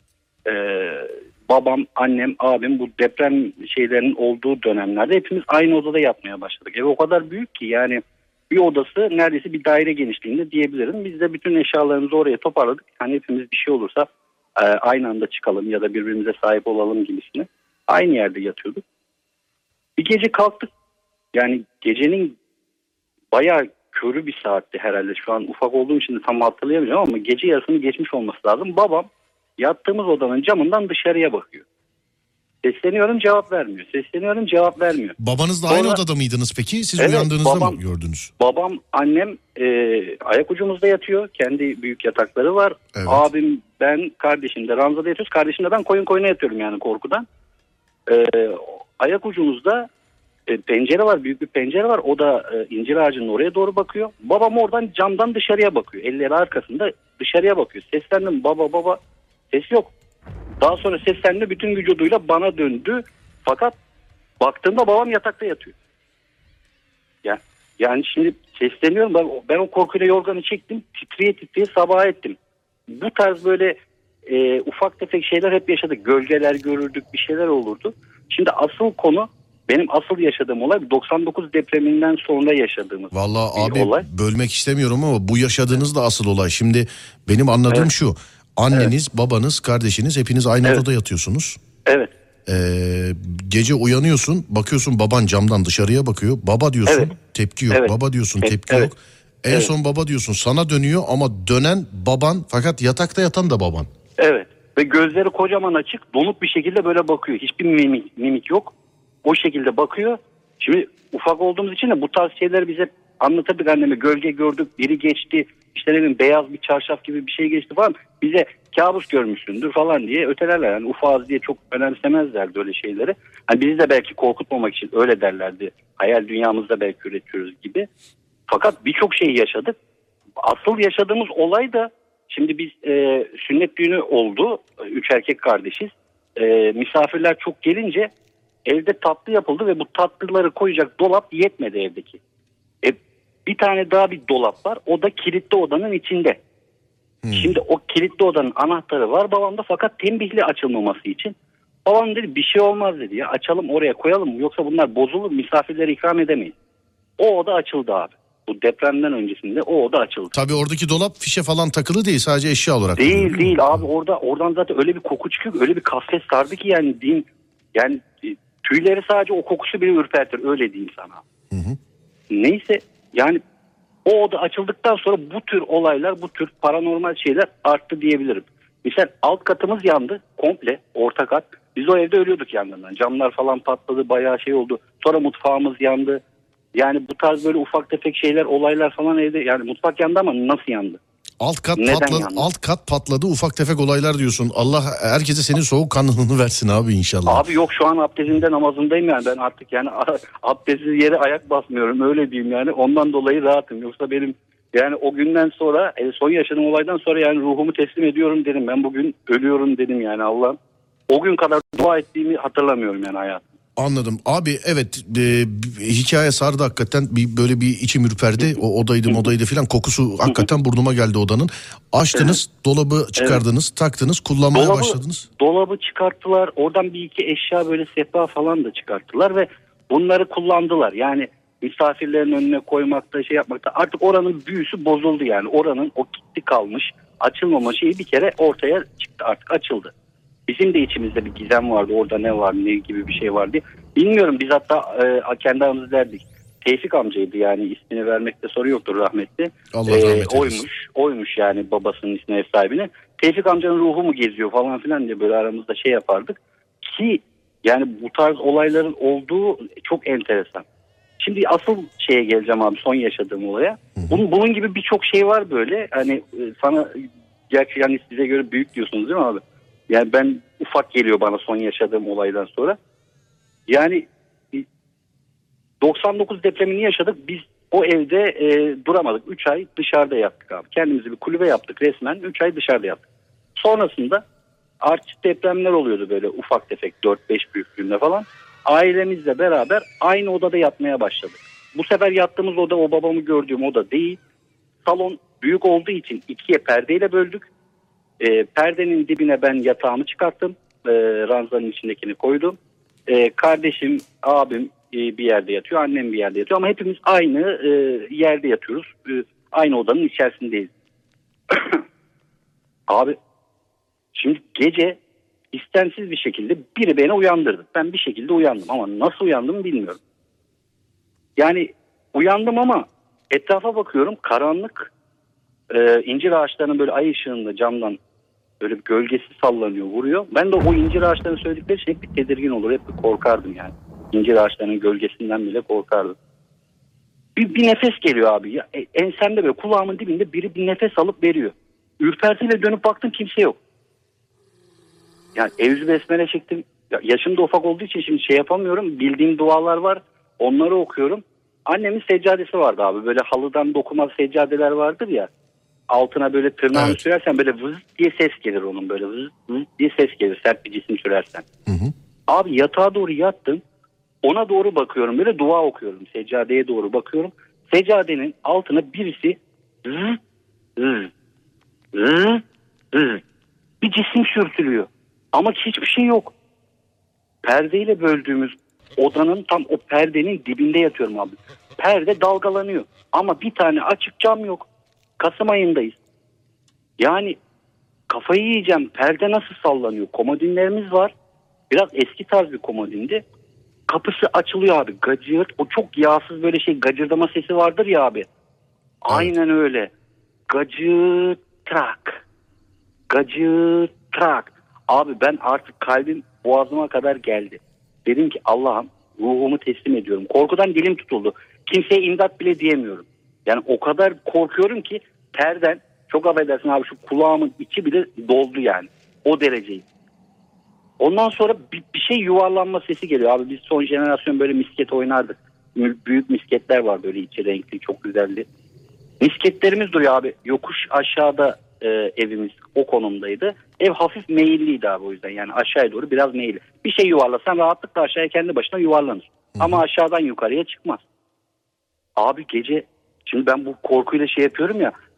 Ee, babam, annem, abim bu deprem şeylerinin olduğu dönemlerde hepimiz aynı odada yatmaya başladık. Ev o kadar büyük ki yani bir odası neredeyse bir daire genişliğinde diyebilirim. Biz de bütün eşyalarımızı oraya toparladık. Hani hepimiz bir şey olursa e, aynı anda çıkalım ya da birbirimize sahip olalım gibisine. Aynı yerde yatıyorduk. Bir gece kalktık. Yani gecenin bayağı körü bir saatti herhalde. Şu an ufak olduğum için de tam hatırlayamayacağım ama gece yarısını geçmiş olması lazım. Babam yattığımız odanın camından dışarıya bakıyor. Sesleniyorum, cevap vermiyor. Sesleniyorum, cevap vermiyor. Babanızla Sonra- aynı odada mıydınız peki? Siz Evet, uyandığınızda babam- mı gördünüz? Babam, annem e, ayak ucumuzda yatıyor. Kendi büyük yatakları var. Evet. Abim, ben, kardeşim de ranzada yatıyoruz. Kardeşimle ben koyun koyuna yatıyorum yani korkudan. E, ayak ucumuzda e, pencere var. Büyük bir pencere var. O da e, incir ağacının oraya doğru bakıyor. Babam oradan camdan dışarıya bakıyor. Elleri arkasında dışarıya bakıyor. Seslendim, baba baba. Ses yok. Daha sonra seslendi, bütün vücuduyla bana döndü. Fakat baktığımda babam yatakta yatıyor. Ya, yani şimdi sesleniyorum, ben, ben o korkuyla yorganı çektim, titriye titriye sabaha ettim. Bu tarz böyle e, ufak tefek şeyler hep yaşadık. Gölgeler görürdük, bir şeyler olurdu. Şimdi asıl konu, benim asıl yaşadığım olay doksan dokuz depreminden sonra yaşadığımız Vallahi bir abi olay. bölmek istemiyorum ama bu yaşadığınız da asıl olay. Şimdi benim anladığım Evet. şu. Anneniz, babanız, kardeşiniz hepiniz aynı Evet. odada yatıyorsunuz. Evet, Ee, gece uyanıyorsun, bakıyorsun baban camdan dışarıya bakıyor. Baba diyorsun, Evet. tepki yok. Evet. Baba diyorsun, Evet. tepki Evet. yok. En Evet. son baba diyorsun, sana dönüyor ama dönen baban, fakat yatakta yatan da baban. evet. Ve gözleri kocaman açık, donuk bir şekilde böyle bakıyor. Hiçbir mimik, mimik yok. O şekilde bakıyor. Şimdi ufak olduğumuz için de bu tarz şeyleri bize anlatırdık anneme. Gölge gördük, biri geçti, işte ne bileyim beyaz bir çarşaf gibi bir şey geçti falan. Bize kabus görmüşsündür falan diye ötelerler. Yani ufağız diye çok önemsemezlerdi öyle şeyleri. Hani bizi de belki korkutmamak için öyle derlerdi. Hayal dünyamızda belki üretiyoruz gibi. Fakat birçok şey yaşadık. Asıl yaşadığımız olay da şimdi biz e, sünnet düğünü oldu. Üç erkek kardeşiz. E, misafirler çok gelince evde tatlı yapıldı ve bu tatlıları koyacak dolap yetmedi evdeki. E, bir tane daha bir dolap var. O da kilitli odanın içinde. Hmm. Şimdi o kilitli odanın anahtarı var babamda fakat tembihli açılmaması için. Babam dedi bir şey olmaz dedi ya açalım oraya koyalım yoksa bunlar bozulur misafirlere ikram edemeyiz. O oda açıldı abi. Bu depremden öncesinde o oda açıldı. Tabii oradaki dolap fişe falan takılı değil sadece eşya olarak. Değil duruyor, değil abi orada oradan zaten öyle bir koku çıkıyor öyle bir kasvet sardı ki yani diyeyim yani e, tüyleri sadece o kokusu bile ürpertir öyle diyeyim sana. Hı hı. Neyse yani o oda açıldıktan sonra bu tür olaylar bu tür paranormal şeyler arttı diyebilirim. Mesela alt katımız yandı komple orta kat. Biz o evde ölüyorduk yangından. Camlar falan patladı bayağı şey oldu. Sonra mutfağımız yandı. Yani bu tarz böyle ufak tefek şeyler olaylar falan evde yani mutfak yandı ama nasıl yandı? Alt kat Neden patladı, yandı? alt kat patladı ufak tefek olaylar diyorsun. Allah herkese senin soğukkanlılığını versin abi inşallah. Abi yok şu an abdestimde namazındayım yani ben artık yani abdestsiz yere ayak basmıyorum öyle diyeyim yani ondan dolayı rahatım. Yoksa benim yani o günden sonra son yaşadığım olaydan sonra yani ruhumu teslim ediyorum dedim. Ben bugün ölüyorum dedim yani Allah'ım. O gün kadar dua ettiğimi hatırlamıyorum yani hayatım. Anladım. Abi evet e, hikaye sardı hakikaten bir böyle bir içim ürperdi. O odaydı odaydı filan kokusu hakikaten burnuma geldi odanın. Açtınız dolabı çıkardınız taktınız kullanmaya Dolabı, başladınız. Dolabı çıkarttılar oradan bir iki eşya böyle sehpa falan da çıkarttılar ve bunları kullandılar. Yani misafirlerin önüne koymakta şey yapmakta artık oranın büyüsü bozuldu yani oranın o kilitli kalmış açılmama şeyi bir kere ortaya çıktı artık açıldı. Bizim de içimizde bir gizem vardı orada ne var ne gibi bir şey vardı. Bilmiyorum biz hatta e, kendi aramızda derdik. Tevfik amcaydı yani ismini vermekte soru yoktur rahmetli. Allah rahmet eylesin. E, oymuş, oymuş yani babasının ismine ev sahibine. Tevfik amcanın ruhu mu geziyor falan filan diye böyle aramızda şey yapardık. Ki yani bu tarz olayların olduğu çok enteresan. Şimdi asıl şeye geleceğim abi son yaşadığım olaya. Bunun, bunun gibi birçok şey var böyle. Hani e, sana gerçi yani size göre büyük diyorsunuz değil mi abi? Yani ben ufak geliyor bana son yaşadığım olaydan sonra. Yani doksan dokuz depremini yaşadık. Biz o evde e, duramadık. üç ay dışarıda yattık abi. Kendimizi bir kulübe yaptık resmen. üç ay dışarıda yattık. Sonrasında artçı depremler oluyordu böyle ufak tefek dört beş büyüklüğünde falan. Ailemizle beraber aynı odada yatmaya başladık. Bu sefer yattığımız oda o babamı gördüğüm oda değil. Salon büyük olduğu için ikiye perdeyle böldük. E, perdenin dibine ben yatağımı çıkarttım. E, ranzanın içindekini koydum. E, kardeşim, abim e, bir yerde yatıyor. Annem bir yerde yatıyor. Ama hepimiz aynı e, yerde yatıyoruz. E, aynı odanın içerisindeyiz. Abi şimdi gece istensiz bir şekilde biri beni uyandırdı. Ben bir şekilde uyandım ama nasıl uyandım bilmiyorum. Yani uyandım ama etrafa bakıyorum karanlık. E, incir ağaçlarının böyle ay ışığında camdan böyle bir gölgesi sallanıyor, vuruyor. Ben de o incir ağaçlarının söyledikleri şey hep bir tedirgin olur, hep bir korkardım yani. İncir ağaçlarının gölgesinden bile korkardım. Bir, bir nefes geliyor abi. Ya, ensemde böyle kulağımın dibinde biri bir nefes alıp veriyor. Ürpertiyle dönüp baktım kimse yok. Yani evzü besmele çektim. Ya, yaşım da ufak olduğu için şimdi şey yapamıyorum. Bildiğim dualar var. Onları okuyorum. Annemin seccadesi vardı abi. Böyle halıdan dokuma seccadeler vardır ya. Altına böyle tırnağını Evet. sürersen böyle vız diye ses gelir onun böyle vız, vız diye ses gelir sert bir cisim sürersen. Hı hı. Abi yatağa doğru yattım. Ona doğru bakıyorum böyle dua okuyorum. Seccadeye doğru bakıyorum. Seccadenin altına birisi vız, vız, vız, vız. Bir cisim sürtülüyor. Ama hiçbir şey yok. Perdeyle böldüğümüz odanın tam o perdenin dibinde yatıyorum abi. Perde dalgalanıyor. Ama bir tane açık cam yok. Kasım ayındayız. Yani kafayı yiyeceğim. Perde nasıl sallanıyor? Komodinlerimiz var. Biraz eski tarz bir komodindi. Kapısı açılıyor abi. Gacırt. O çok yağsız böyle şey gacırdama sesi vardır ya abi. Aynen öyle. Gacırtrak. Gacırtrak. Abi ben artık kalbim boğazıma kadar geldi. Dedim ki Allah'ım ruhumu teslim ediyorum. Korkudan dilim tutuldu. Kimseye imdat bile diyemiyorum. Yani o kadar korkuyorum ki terden çok affedersin abi şu kulağımın içi bile doldu yani. O dereceyi. Ondan sonra bir, bir şey yuvarlanma sesi geliyor. Abi biz son jenerasyon böyle misket oynardık. Büyük misketler var böyle içi renkli çok güzeldi. Misketlerimiz duruyor abi. Yokuş aşağıda e, evimiz o konumdaydı. Ev hafif meyilliydi abi o yüzden. Yani aşağıya doğru biraz meyilli. Bir şey yuvarlasan rahatlıkla aşağıya kendi başına yuvarlanır. Hı-hı. Ama aşağıdan yukarıya çıkmaz. Abi gece şimdi ben bu korkuyla şey yapıyorum ya.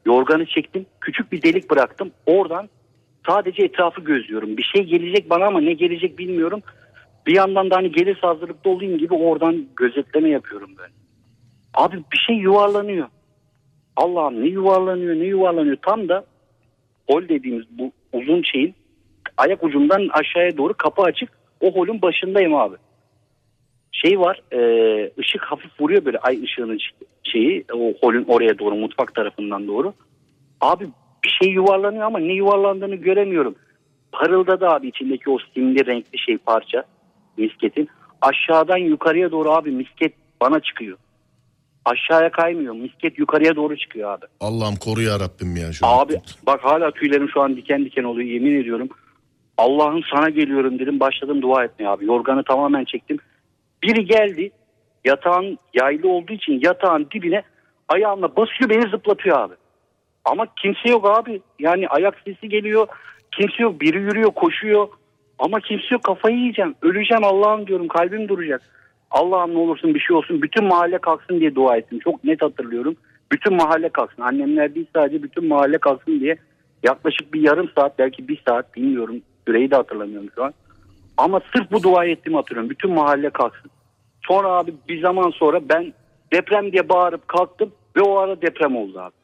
Yorganı çektim. Küçük bir delik bıraktım. Oradan sadece etrafı gözlüyorum. Bir şey gelecek bana ama ne gelecek bilmiyorum. Bir yandan da hani gelirse hazırlıklı olayım gibi oradan gözetleme yapıyorum ben. Abi bir şey yuvarlanıyor. Allah'ım ne yuvarlanıyor ne yuvarlanıyor. Tam da hol dediğimiz bu uzun şeyin ayak ucundan aşağıya doğru kapı açık. O holün başındayım abi. Şey var, e, ışık hafif vuruyor böyle ay ışığının şeyi o holün oraya doğru, mutfak tarafından doğru. Abi bir şey yuvarlanıyor ama ne yuvarlandığını göremiyorum. Parıldadı abi içindeki o simli renkli şey parça misketin. Aşağıdan yukarıya doğru abi misket bana çıkıyor. Aşağıya kaymıyor, misket yukarıya doğru çıkıyor abi. Allah'ım koru ya Rabbim ya. Şu Abi bak hala tüylerim şu an diken diken oluyor, yemin ediyorum. Allah'ım sana geliyorum dedim, başladım dua etmeye abi. Yorganı tamamen çektim. Biri geldi, yatağın yaylı olduğu için yatağın dibine ayağımla basıyor, beni zıplatıyor abi. Ama kimse yok abi. Yani ayak sesi geliyor. Kimse yok. Biri yürüyor, koşuyor. Ama kimse yok. Kafayı yiyeceğim. Öleceğim Allah'ım diyorum. Kalbim duracak. Allah'ım ne olursun bir şey olsun. Bütün mahalle kalksın diye dua ettim. Çok net hatırlıyorum. Bütün mahalle kalksın. Annemler değil sadece bütün mahalle kalksın diye. Yaklaşık bir yarım saat, belki bir saat, bilmiyorum. Süreyi de hatırlamıyorum şu an. Ama sırf bu duayı ettiğimi hatırlıyorum. Bütün mahalle kalksın. Sonra abi bir zaman sonra ben deprem diye bağırıp kalktım ve o ara deprem oldu abi.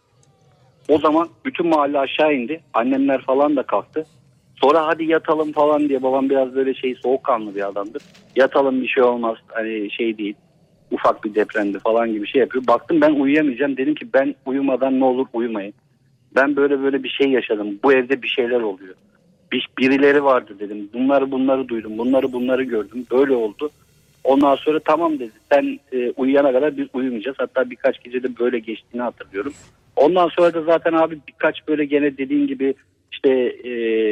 O zaman bütün mahalle aşağı indi. Annemler falan da kalktı. Sonra hadi yatalım falan diye, babam biraz böyle şey soğukkanlı bir adamdır. Yatalım bir şey olmaz, hani şey değil, ufak bir depremdi falan gibi şey yapıyor. Baktım ben uyuyamayacağım, dedim ki ben uyumadan ne olur uyumayın. Ben böyle böyle bir şey yaşadım, bu evde bir şeyler oluyor. Bir, birileri vardı dedim, bunları bunları duydum, bunları bunları gördüm, böyle oldu. Ondan sonra tamam dedi, sen e, uyuyana kadar biz uyumayacağız. Hatta birkaç gece de böyle geçtiğini hatırlıyorum. Ondan sonra da zaten abi birkaç böyle gene dediğin gibi işte e,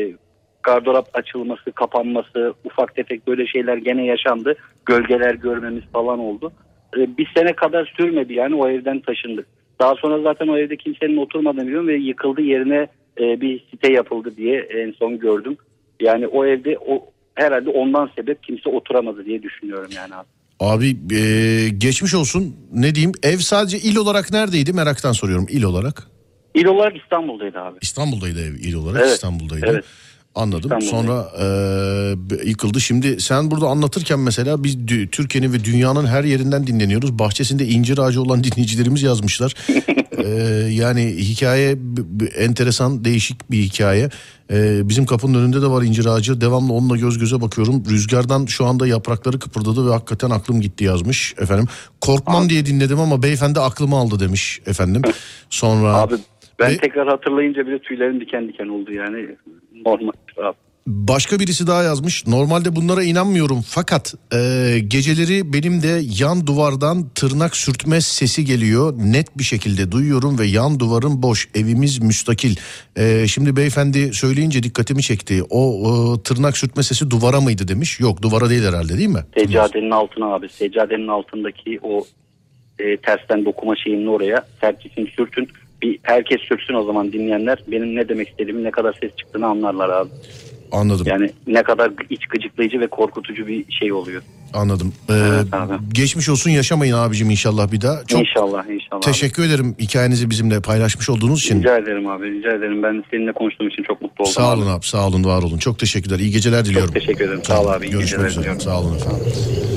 gardırop açılması, kapanması, ufak tefek böyle şeyler gene yaşandı. Gölgeler görmemiz falan oldu. E, bir sene kadar sürmedi yani, o evden taşındık. Daha sonra zaten o evde kimsenin oturmadığını biliyorum ve yıkıldı, yerine e, bir site yapıldı diye en son gördüm. Yani o evde o herhalde ondan sebep kimse oturamadı diye düşünüyorum yani abi. Abi e, geçmiş olsun, ne diyeyim, ev sadece il olarak neredeydi meraktan soruyorum, il olarak. İl olarak İstanbul'daydı abi. İstanbul'daydı ev, il olarak Evet, İstanbul'daydı. evet. Anladım. İstanbul'daydı. Sonra e, yıkıldı. Şimdi sen burada anlatırken mesela biz dü- Türkiye'nin ve dünyanın her yerinden dinleniyoruz. Bahçesinde incir ağacı olan dinleyicilerimiz yazmışlar. e, yani hikaye b- b- enteresan, değişik bir hikaye. E, bizim kapının önünde de var incir ağacı. Devamlı onunla göz göze bakıyorum. Rüzgardan şu anda yaprakları kıpırdadı ve hakikaten aklım gitti yazmış efendim. Korkmam Abi. diye dinledim ama beyefendi aklımı aldı demiş efendim. Sonra Abi ben Ve- tekrar hatırlayınca bile tüylerim diken diken oldu yani, normal abi. Başka birisi daha yazmış. Normalde bunlara inanmıyorum fakat e, geceleri benim de yan duvardan tırnak sürtme sesi geliyor. Net bir şekilde duyuyorum ve yan duvarım boş. Evimiz müstakil. E, şimdi beyefendi söyleyince dikkatimi çekti. O e, tırnak sürtme sesi duvara mıydı demiş. Yok, duvara değil herhalde, değil mi? Seccadenin altına abi. Seccadenin altındaki o e, tersten dokuma şeyinin oraya sertçesini sürtün. Bir herkes sürtsün o zaman, dinleyenler. Benim ne demek istediğimi, ne kadar ses çıktığını anlarlar abi. Anladım. Yani ne kadar iç gıcıklayıcı ve korkutucu bir şey oluyor. Anladım. Ee, Evet abi. geçmiş olsun, yaşamayın abicim inşallah bir daha. Çok İnşallah inşallah. teşekkür ederim hikayenizi bizimle paylaşmış olduğunuz için. Rica ederim abi, rica ederim. Ben seninle konuştuğum için çok mutlu oldum. Sağ olun abi. abi, sağ olun, var olun. Çok teşekkürler. İyi geceler diliyorum. Çok teşekkür ederim. Sağ ol abi. iyi Görüşmek geceler üzere. diliyorum. Sağ olun efendim.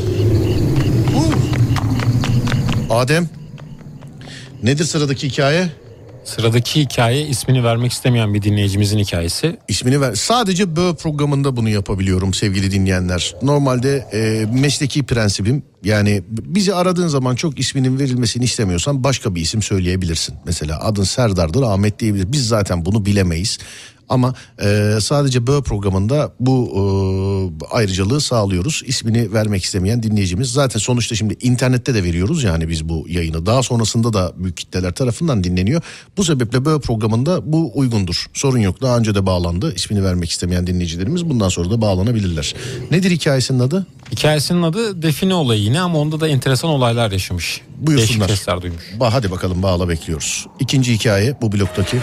Adem, nedir sıradaki hikaye? Sıradaki hikaye ismini vermek istemeyen bir dinleyicimizin hikayesi. İsmini ver. Sadece Bö programında bunu yapabiliyorum sevgili dinleyenler. Normalde e, mesleki prensibim, yani bizi aradığın zaman çok isminin verilmesini istemiyorsan başka bir isim söyleyebilirsin. Mesela adın Serdar'dır, Ahmet diyebilir. Biz zaten bunu bilemeyiz. Ama e, sadece Bö programında bu e, ayrıcalığı sağlıyoruz. İsmini vermek istemeyen dinleyicimiz. Zaten sonuçta şimdi internette de veriyoruz yani biz bu yayını. Daha sonrasında da büyük kitleler tarafından dinleniyor. Bu sebeple Bö programında bu uygundur. Sorun yok. Daha önce de bağlandı. İsmini vermek istemeyen dinleyicilerimiz bundan sonra da bağlanabilirler. Nedir hikayesinin adı? Hikayesinin adı define olayı yine, ama onda da enteresan olaylar yaşamış. Buyursunlar. Değişik sesler duymuş. Ba, hadi bakalım, bağla, bekliyoruz. İkinci hikaye bu bloktaki.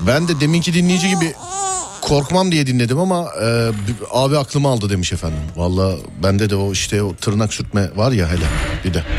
Ben de deminki dinleyici gibi korkmam diye dinledim ama e, abi aklımı aldı demiş efendim. Valla bende de o işte o tırnak sürtme var ya hele bir de.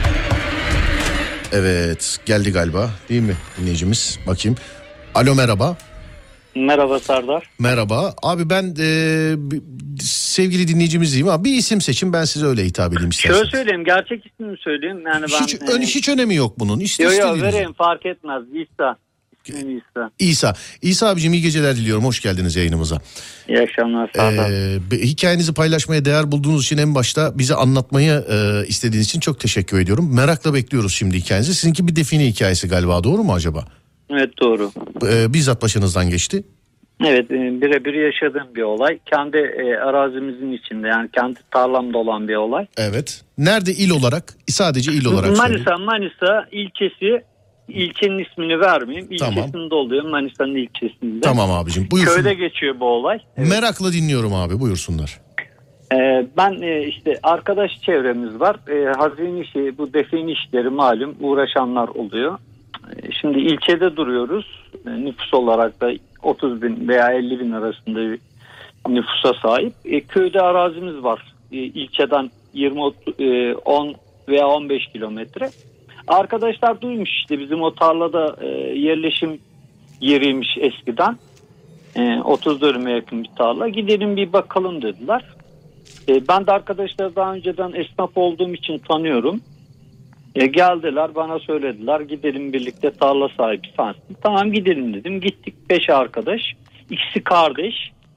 Evet geldi galiba değil mi dinleyicimiz? Bakayım. Alo merhaba. Merhaba Serdar. Merhaba. Abi ben e, sevgili dinleyicimiz diyeyim ama bir isim seçin ben size öyle hitap edeyim isterseniz. Şöyle söyleyeyim, gerçek ismimi söyleyeyim. Yani ben, hiç, ön, hiç önemi yok bunun. İşte Yok yok istediğiniz. vereyim, fark etmez. İsa. İsmim İsa. İsa. İsa abicim iyi geceler diliyorum. Hoş geldiniz yayınımıza. İyi akşamlar Serdar. Ee, hikayenizi paylaşmaya değer bulduğunuz için en başta bize anlatmayı e, istediğiniz için çok teşekkür ediyorum. Merakla bekliyoruz şimdi hikayenizi. Sizinki bir define hikayesi galiba, doğru mu acaba? Evet doğru. Ee, bizzat başınızdan geçti. Evet, birebir yaşadığım bir olay. Kendi e, arazimizin içinde, yani kendi tarlamda olan bir olay. Evet. Nerede il olarak? Sadece il olarak Manisa, söyleyeyim. Manisa ilçesi, ilçenin ismini vermeyeyim. Tamam. İlçesinde oluyor, Manisa'nın ilçesinde. Tamam abicim buyursun. Köyde geçiyor bu olay. Evet. Merakla dinliyorum abi, buyursunlar. Ee, ben e, işte arkadaş çevremiz var. E, hazine işi, bu define işleri malum uğraşanlar oluyor. E, şimdi ilçede duruyoruz. E, nüfus olarak da otuz bin veya elli bin arasında bir nüfusa sahip. E, köyde arazimiz var. E, ilçeden yirmi e, on veya on beş kilometre. Arkadaşlar duymuş işte bizim o tarlada e, yerleşim yeriymiş eskiden. E, otuz dönüme yakın bir tarla. Gidelim bir bakalım dediler. E, ben de arkadaşlar daha önceden esnaf olduğum için tanıyorum. E, geldiler bana söylediler gidelim birlikte, tarla sahibi sensin. Tamam gidelim dedim. Gittik beş arkadaş. İkisi kardeş.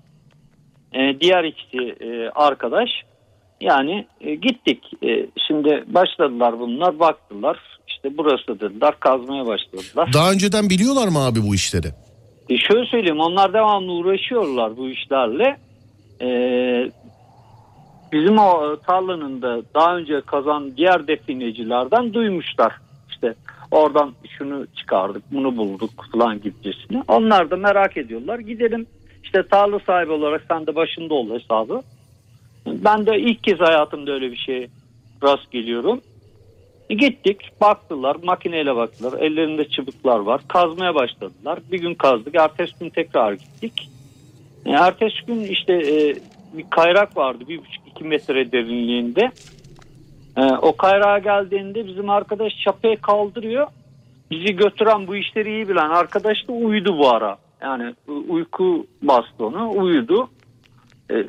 E, diğer ikisi e, arkadaş. Yani e, gittik. E, şimdi başladılar bunlar, baktılar. İşte burası dediler, kazmaya başladılar. Daha önceden biliyorlar mı abi bu işleri? E, şöyle söyleyeyim, onlar devamlı uğraşıyorlar bu işlerle. Eee Bizim o tarlanın da daha önce kazan diğer definecilerden duymuşlar. İşte oradan şunu çıkardık, bunu bulduk falan gibicesine. Onlar da merak ediyorlar. Gidelim işte tarla sahibi olarak sen de başında ol hesabı. Ben de ilk kez hayatımda öyle bir şeye rast geliyorum. Gittik, baktılar, makineyle baktılar. Ellerinde çıbıklar var. Kazmaya başladılar. Bir gün kazdık, ertesi gün tekrar gittik. Ertesi gün işte e, bir kayrak vardı, bir buçuk iki metre derinliğinde. Ee, o kayrağa geldiğinde bizim arkadaş çapayı kaldırıyor. Bizi götüren, bu işleri iyi bilen arkadaş da uyudu bu ara. Yani uyku bastı onu, uyudu. Ee,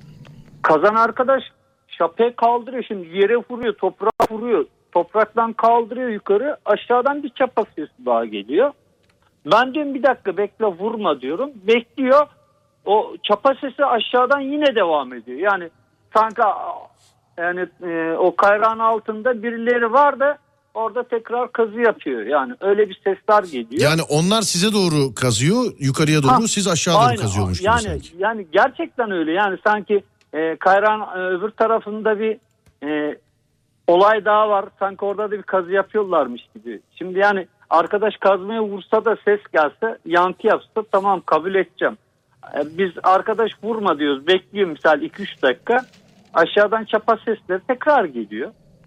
kazan arkadaş çapayı kaldırıyor, şimdi yere vuruyor, toprağa vuruyor. Topraktan kaldırıyor yukarı, aşağıdan bir çapa sesi daha geliyor. Ben diyorum bir dakika bekle, vurma diyorum. Bekliyor. O çapa sesi aşağıdan yine devam ediyor. Yani sanki yani e, o kayrağın altında birileri var da orada tekrar kazı yapıyor. Yani öyle bir sesler geliyor. Yani onlar size doğru kazıyor, yukarıya doğru, ha, siz aşağıdan aynen kazıyormuş gibi yani, sanki. Yani gerçekten öyle. Yani sanki e, kayrağın e, öbür tarafında bir e, olay daha var. Sanki orada da bir kazı yapıyorlarmış gibi. Şimdi yani arkadaş kazmaya vursa da ses gelse, yankı yapsa tamam kabul edeceğim. Biz arkadaş vurma diyoruz, bekliyor misal iki üç dakika, aşağıdan çapa sesleri tekrar geliyor.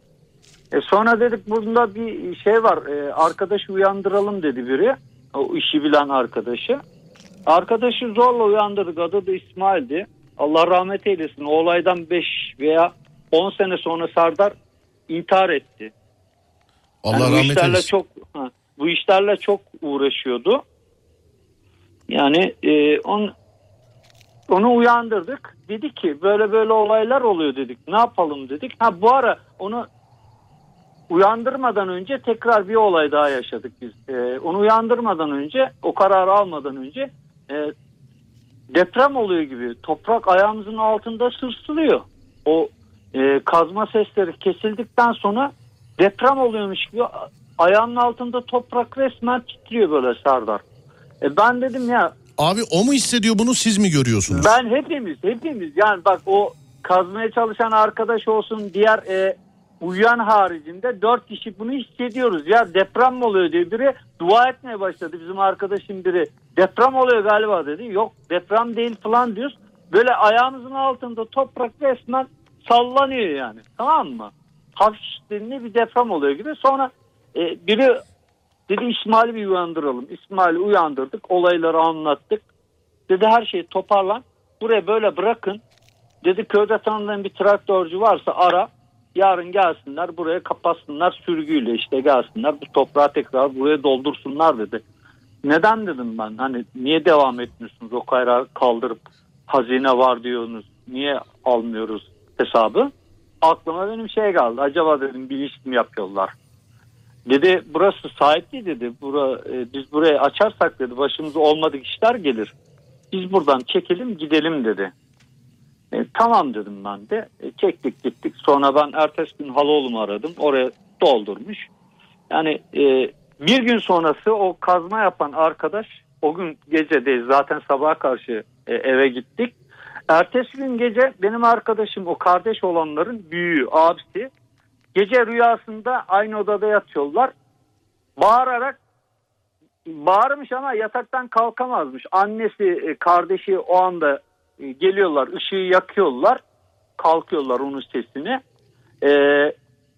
E sonra dedik bunda bir şey var, e, arkadaşı uyandıralım dedi biri, o işi bilen arkadaşı. Arkadaşı zorla uyandırdık, adı da İsmail'di. Allah rahmet eylesin, o olaydan beş veya on sene sonra Serdar intihar etti. Allah yani rahmet eylesin. Çok, ha, bu işlerle çok uğraşıyordu. Yani e, on Onu uyandırdık. Dedi ki böyle böyle olaylar oluyor dedik. Ne yapalım dedik. Ha bu ara onu uyandırmadan önce tekrar bir olay daha yaşadık biz. Ee, onu uyandırmadan önce, o kararı almadan önce e, deprem oluyor gibi. Toprak ayağımızın altında sırsılıyor. O e, kazma sesleri kesildikten sonra deprem oluyormuş gibi ayağımın altında toprak resmen titriyor böyle Serdar. E, ben dedim ya. Abi o mu hissediyor bunu, siz mi görüyorsunuz? Ben hepimiz hepimiz yani bak o kazmaya çalışan arkadaş olsun, diğer e, uyuyan haricinde dört kişi bunu hissediyoruz. Ya deprem mi oluyor diye biri dua etmeye başladı, bizim arkadaşım biri deprem oluyor galiba dedi. Yok deprem değil falan diyoruz. Böyle ayağımızın altında toprak resmen sallanıyor yani, tamam mı? Hafif şiddetli bir deprem oluyor gibi. Sonra e, biri Dedi İsmail'i bir uyandıralım. İsmail'i uyandırdık. Olayları anlattık. Dedi her şeyi toparlan. Buraya böyle bırakın. Dedi köyde tanıdığın bir traktörcü varsa ara. Yarın gelsinler buraya kapatsınlar sürgüyle işte gelsinler. Bu toprağı tekrar buraya doldursunlar dedi. Neden dedim ben. Hani niye devam etmiyorsunuz o kayrağı kaldırıp hazine var diyorsunuz. Niye almıyoruz hesabı? Aklıma benim şey geldi. Acaba dedim bilinçli mi yapıyorlar? Dedi burası sahipli dedi. Bura, e, biz burayı açarsak dedi başımıza olmadık işler gelir. Biz buradan çekelim gidelim dedi. E, tamam dedim ben de. E, çektik gittik. Sonra ben ertesi gün Haloğlu'mu aradım. Oraya doldurmuş. Yani e, bir gün sonrası o kazma yapan arkadaş o gün gece değil zaten sabaha karşı e, eve gittik. Ertesi gün gece benim arkadaşım o kardeş olanların büyüğü abisi gece rüyasında aynı odada yatıyorlar. Bağırarak bağırmış ama yataktan kalkamazmış. Annesi kardeşi o anda geliyorlar ışığı yakıyorlar. Kalkıyorlar onun sesini. Ee,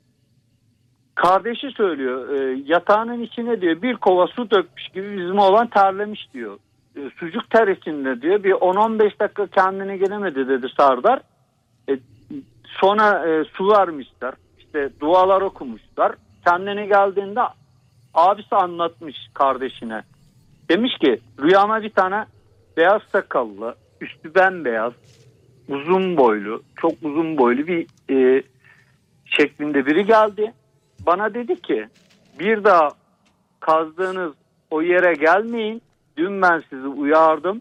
kardeşi söylüyor e, yatağının içine diyor bir kova su dökmüş gibi bizim oğlan terlemiş diyor. E, sucuk ter içinde diyor bir on on beş dakika kendine gelemedi dedi Sardar. E, sonra e, su vermişler. İşte dualar okumuşlar. Kendine geldiğinde abisi anlatmış kardeşine. Demiş ki rüyama bir tane beyaz sakallı, üstü bembeyaz, uzun boylu, çok uzun boylu bir e, şeklinde biri geldi. Bana dedi ki bir daha kazdığınız o yere gelmeyin. Dün ben sizi uyardım.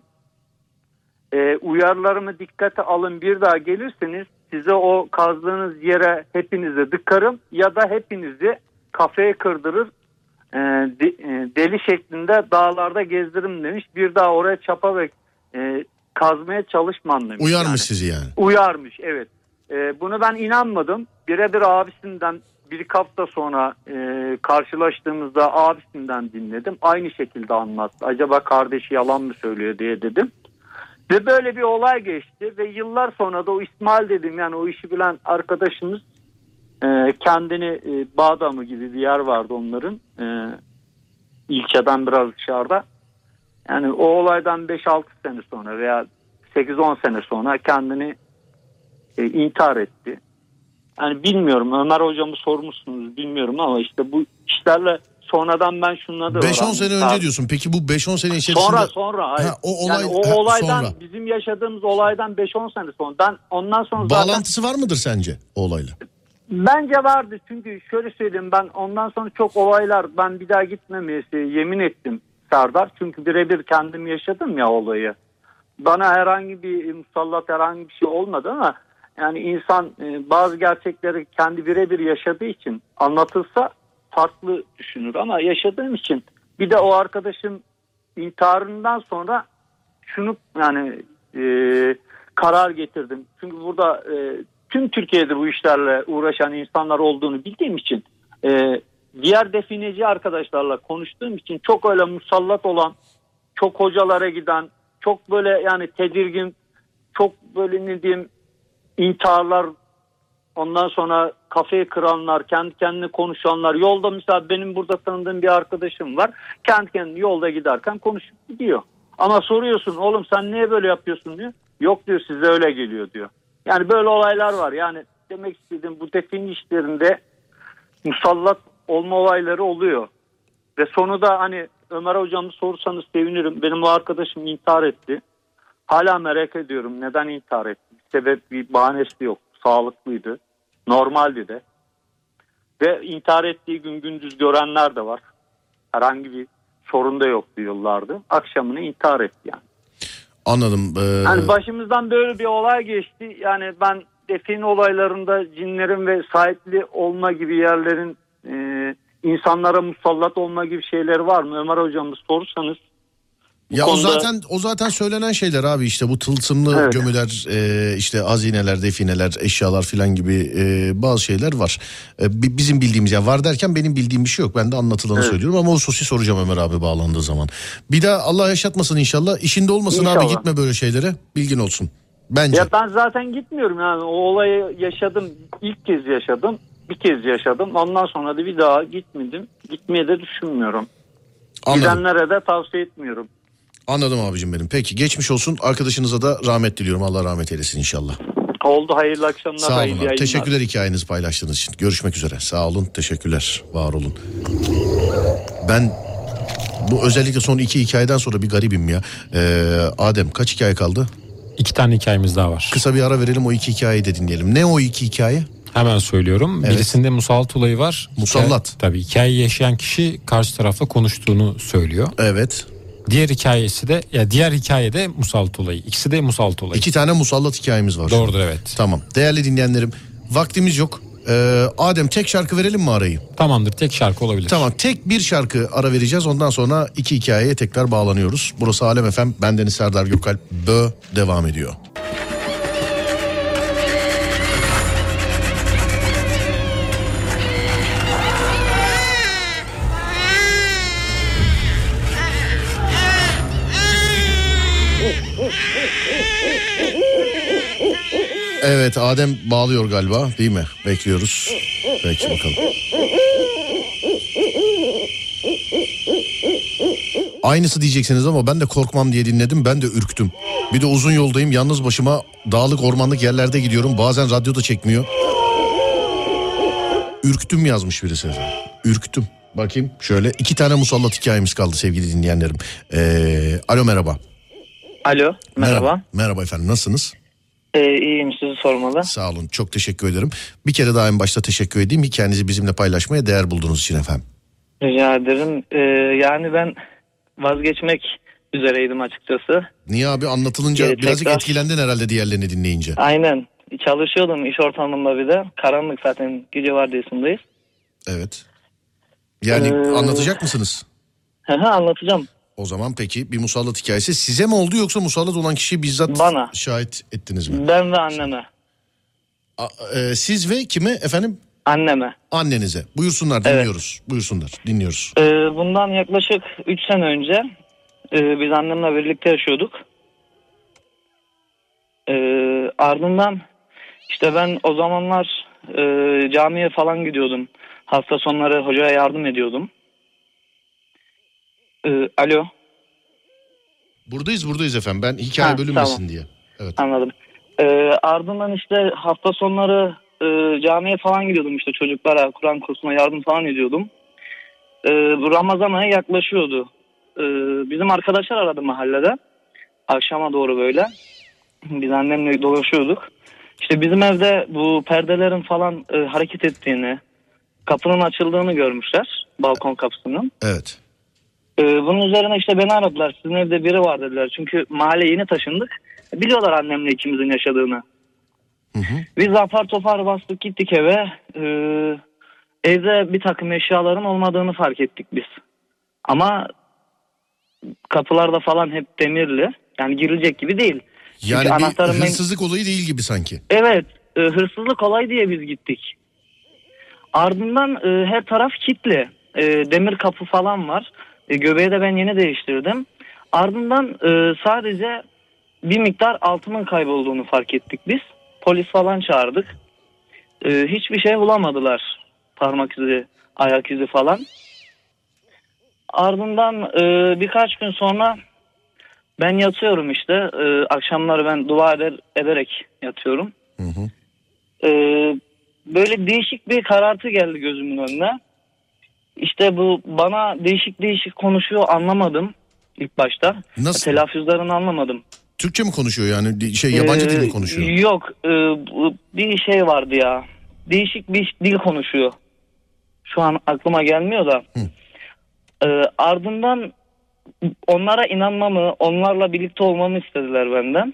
E, uyarılarımı dikkate alın bir daha gelirseniz size o kazdığınız yere hepinizi dıkarım ya da hepinizi kafeye kırdırır e, de, e, deli şeklinde dağlarda gezdiririm demiş. Bir daha oraya çapa ve e, kazmaya çalışmam demiş. Uyarmış yani. sizi yani. Uyarmış evet. E, bunu ben inanmadım. Birebir abisinden bir hafta sonra e, karşılaştığımızda abisinden dinledim. Aynı şekilde anlattı. Acaba kardeşi yalan mı söylüyor diye dedim. Ve böyle bir olay geçti ve yıllar sonra da o İsmail dedim yani o işi bilen arkadaşımız e, kendini e, Bağdamı gibi bir yer vardı onların e, ilçeden biraz dışarıda. Yani o olaydan beş altı sene sonra veya sekiz on sene sonra kendini e, intihar etti. Yani bilmiyorum Ömer hocamı sormuşsunuz bilmiyorum ama işte bu işlerle sonradan ben şunları beş on sene önce diyorsun. Peki bu beş on sene içerisinde... Sonra sonra. Hayır. Ha, o olay, yani o ha, olaydan sonra. bizim yaşadığımız olaydan beş on sene sonra. Ben ondan sonra zaten... Bağlantısı var mıdır sence o olayla? Bence vardı çünkü şöyle söyleyeyim ben ondan sonra çok olaylar ben bir daha gitmemesi yemin ettim Serdar. Çünkü birebir kendim yaşadım ya olayı. Bana herhangi bir musallat herhangi bir şey olmadı ama yani insan e, bazı gerçekleri kendi birebir yaşadığı için anlatılsa farklı düşünür ama yaşadığım için bir de o arkadaşım intiharından sonra şunu yani e, karar getirdim. Çünkü burada e, tüm Türkiye'de bu işlerle uğraşan insanlar olduğunu bildiğim için e, diğer defineci arkadaşlarla konuştuğum için çok öyle musallat olan, çok hocalara giden, çok böyle yani tedirgin, çok böyle ne diyeyim intiharlar, ondan sonra kafayı kıranlar, kendi kendine konuşanlar. Yolda mesela benim burada tanıdığım bir arkadaşım var. Kendi kendine yolda giderken konuşup gidiyor. Ama soruyorsun oğlum sen niye böyle yapıyorsun diyor. Yok diyor size öyle geliyor diyor. Yani böyle olaylar var. Yani demek istediğim bu define işlerinde musallat olma olayları oluyor. Ve sonu da hani Ömer hocamı sorsanız sevinirim. Benim o arkadaşım intihar etti. Hala merak ediyorum neden intihar etti. Bir sebep bir bahanesi yok. Sağlıklıydı. Normaldi de. Ve intihar ettiği gün gündüz görenler de var. Herhangi bir sorun da yok diyorlardı. Akşamını intihar etti yani. Anladım. Ee... Yani başımızdan böyle bir olay geçti. Yani ben define olaylarında cinlerin ve sahipli olma gibi yerlerin e, insanlara musallat olma gibi şeyleri var mı? Ömer hocamız sorursanız. Ya konuda... o zaten o zaten söylenen şeyler abi işte bu tılsımlı evet. gömüler e, işte hazineler, defineler, eşyalar filan gibi e, bazı şeyler var. E, bizim bildiğimiz ya var derken benim bildiğim bir şey yok. Ben de anlatılanı evet. söylüyorum ama o sosi soracağım Ömer abi bağlandığı zaman. Bir daha Allah yaşatmasın inşallah. İşinde olmasın inşallah. Abi gitme böyle şeylere. Bilgin olsun. Bence. Ya ben zaten gitmiyorum yani o olayı yaşadım. İlk kez yaşadım. bir kez yaşadım. Ondan sonra da bir daha gitmedim. Gitmeye de düşünmüyorum. Anladım. Gidenlere de tavsiye etmiyorum. Anladım abicim benim. Peki geçmiş olsun. Arkadaşınıza da rahmet diliyorum. Allah rahmet eylesin inşallah. Oldu, hayırlı akşamlar. Sağ olun hayırlı abi. yayınlar. Teşekkürler hikayenizi paylaştığınız için. Görüşmek üzere. Sağ olun. Teşekkürler. Var olun. Ben bu özellikle son iki hikayeden sonra bir garibim ya. Ee, Adem kaç hikaye kaldı? İki tane hikayemiz daha var. Kısa bir ara verelim, o iki hikayeyi de dinleyelim. Ne o iki hikaye? Hemen söylüyorum. Evet. Birisinde musallat olayı var. Musallat. Hikaye, tabii hikayeyi yaşayan kişi karşı tarafla konuştuğunu söylüyor. Evet. Diğer hikayesi de ya diğer hikayede musallat olayı. İkisi de musallat olayı. İki tane musallat hikayemiz var. Doğrudur, evet. Tamam. Değerli dinleyenlerim, vaktimiz yok. Ee, Adem tek şarkı verelim mi arayı? Tamamdır, tek şarkı olabilir. Tamam, tek bir şarkı ara vereceğiz. Ondan sonra iki hikayeye tekrar bağlanıyoruz. Burası Alem F M. Bendeniz Serdar Gökalp. Bö devam ediyor. Evet, Adem bağlıyor galiba, değil mi? Bekliyoruz. Peki bakalım. Aynısı diyeceksiniz ama ben de korkmam diye dinledim. Ben de ürktüm. Bir de uzun yoldayım. Yalnız başıma dağlık ormanlık yerlerde gidiyorum. Bazen radyo da çekmiyor. Ürktüm yazmış birisi. Ürktüm. Bakayım şöyle. iki tane musallat hikayemiz kaldı sevgili dinleyenlerim. Ee, alo merhaba. Alo, merhaba. Merhaba, merhaba efendim, nasılsınız? Ee, iyiyim, sizi sormalı. Sağ olun, çok teşekkür ederim. Bir kere daha en başta teşekkür edeyim. Hikayenizi bizimle paylaşmaya değer bulduğunuz için efendim. Rica ederim. Ee, yani ben vazgeçmek üzereydim açıkçası. Niye abi, anlatılınca Ee, birazcık tekrar- etkilendin herhalde diğerlerini dinleyince. Aynen. Çalışıyordum iş ortamında bir de. Karanlık zaten, gece vardiyasındayız. Evet. Yani Ee, anlatacak mısınız? Hı hı, anlatacağım. O zaman peki bir musallat hikayesi size mi oldu yoksa musallat olan kişiyi bizzat Bana. şahit ettiniz mi? Ben ve anneme. A- e, siz ve kime efendim? Anneme. Annenize. Buyursunlar, Evet. dinliyoruz. Buyursunlar, dinliyoruz. Ee, bundan yaklaşık üç sene önce e, biz annemle birlikte yaşıyorduk. Ee, ardından işte ben o zamanlar e, camiye falan gidiyordum. Hafta sonları hocaya yardım ediyordum. Ee, alo, Buradayız buradayız efendim. Ben hikaye Ha, bölünmesin tamam. diye. Evet. anladım. Ee, ardından işte hafta sonları e, camiye falan gidiyordum, işte çocuklara Kur'an kursuna yardım falan ediyordum. Ee, bu Ramazan ayı yaklaşıyordu. Ee, bizim arkadaşlar aradı mahallede. Akşama doğru böyle. Biz annemle dolaşıyorduk. İşte bizim evde bu perdelerin falan e, hareket ettiğini, kapının açıldığını görmüşler. Balkon kapısının. Evet. Ee, bunun üzerine işte beni aradılar. Sizin evde biri var dediler. Çünkü mahalleye yeni taşındık. Biliyorlar annemle ikimizin yaşadığını. Hı hı. Biz apar topar bastık gittik eve. Ee, evde bir takım eşyaların olmadığını fark ettik biz. Ama kapılarda falan hep demirli. Yani girilecek gibi değil. Çünkü Yani bir anahtarın ben- hırsızlık olayı değil gibi sanki. Evet, e, hırsızlık olay diye biz gittik. Ardından e, her taraf kilitli. E, demir kapı falan var. E, göbeği de ben yeni değiştirdim. Ardından e, sadece bir miktar altının kaybolduğunu fark ettik biz. Polis falan çağırdık. E, hiçbir şey bulamadılar. Parmak izi, ayak izi falan. Ardından e, birkaç gün sonra ben yatıyorum işte. E, akşamları ben dua eder, ederek yatıyorum. Hı hı. E, böyle değişik bir karartı geldi gözümün önüne. İşte bu bana değişik değişik konuşuyor, anlamadım ilk başta. Nasıl? Telaffuzlarını anlamadım. Türkçe mi konuşuyor yani? Şey, yabancı Ee, dil mi konuşuyor? Yok, e, bu- bir şey vardı ya. Değişik bir dil konuşuyor. Şu an aklıma gelmiyor da. Hı. Ee, ardından onlara inanmamı, onlarla birlikte olmamı istediler benden.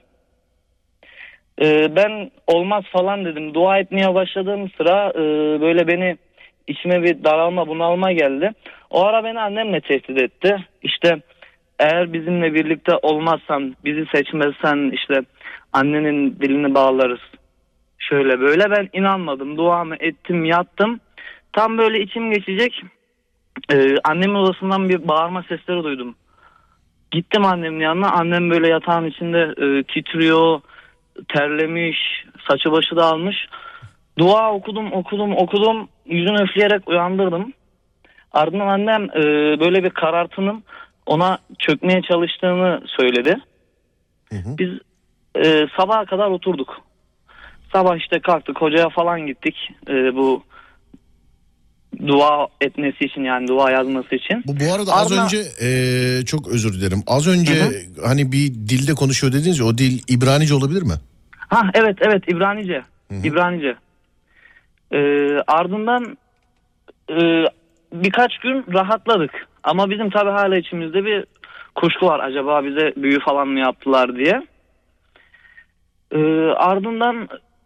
Ee, ben olmaz falan dedim. Dua etmeye başladığım sıra e, böyle beni içime bir daralma, bunalma geldi. O ara beni annemle tehdit etti. İşte eğer bizimle birlikte olmazsan, bizi seçmezsen işte annenin dilini bağlarız. Şöyle böyle, ben inanmadım. Duamı ettim, yattım. Tam böyle içim geçecek. Ee, annemin odasından bir bağırma sesleri duydum. Gittim annemin yanına. Annem böyle yatağın içinde e, titriyor, terlemiş, saçı başı dağılmış. Dua okudum okudum okudum. Yüzünü üfleyerek uyandırdım. Ardından annem e, böyle bir karartının ona çökmeye çalıştığını söyledi. Hı hı. Biz e, sabaha kadar oturduk. Sabah işte kalktık, hocaya falan gittik. E, bu dua etmesi için, yani dua yazması için. Bu bu arada az Ardından- önce eee, çok özür dilerim. Az önce Hı hı. hani bir dilde konuşuyor dediniz ya, o dil İbranice olabilir mi? Ha evet evet İbranice. Hı hı. İbranice. E, ardından e, birkaç gün rahatladık. Ama bizim tabii hala içimizde bir kuşku var. Acaba bize büyü falan mı yaptılar diye. E, ardından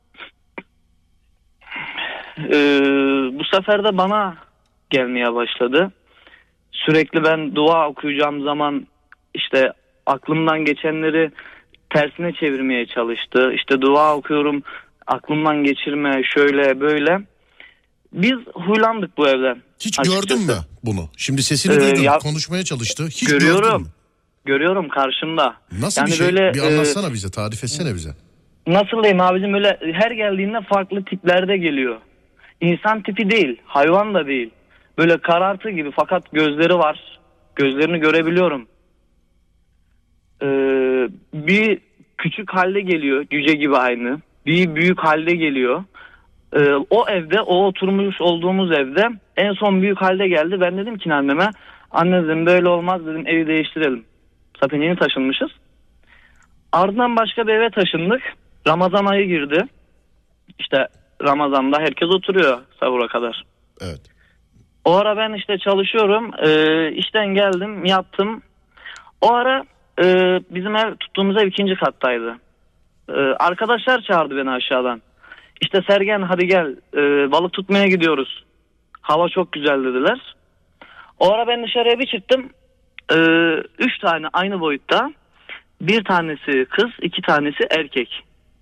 e, bu sefer de bana gelmeye başladı. Sürekli ben dua okuyacağım zaman işte aklımdan geçenleri tersine çevirmeye çalıştı. İşte dua okuyorum, aklımdan geçirme, şöyle böyle. Biz huylandık bu evden. Hiç Açıkçası. gördün mü bunu? Şimdi sesini Ee, duydun, ya- konuşmaya çalıştı. Hiç Görüyorum. gördün mü? Görüyorum karşımda. Nasıl Yani bir şey? böyle, bir e, anlatsana bize, tarif etsene bize. Nasıl diyeyim abicim, böyle her geldiğinde farklı tiplerde geliyor. İnsan tipi değil, hayvan da değil. Böyle karartı gibi, fakat gözleri var. Gözlerini görebiliyorum. Ee, bir küçük halde geliyor, cüce gibi aynı. Bir büyük halde geliyor. Ee, o evde, o oturmuş olduğumuz evde en son büyük halde geldi. Ben dedim ki anneme, anne dedim böyle olmaz dedim, evi değiştirelim. Zaten yeni taşınmışız. Ardından başka bir eve taşındık. Ramazan ayı girdi. İşte Ramazan'da herkes oturuyor sahura kadar. Evet. O ara ben işte çalışıyorum. Ee, işten geldim, yattım. O ara e, bizim ev, tuttuğumuz ev ikinci kattaydı. Ee, arkadaşlar çağırdı beni aşağıdan. İşte Sergen hadi gel, e, balık tutmaya gidiyoruz. Hava çok güzel dediler. O ara ben dışarıya bir çıktım. Ee, üç tane aynı boyutta. Bir tanesi kız, iki tanesi erkek.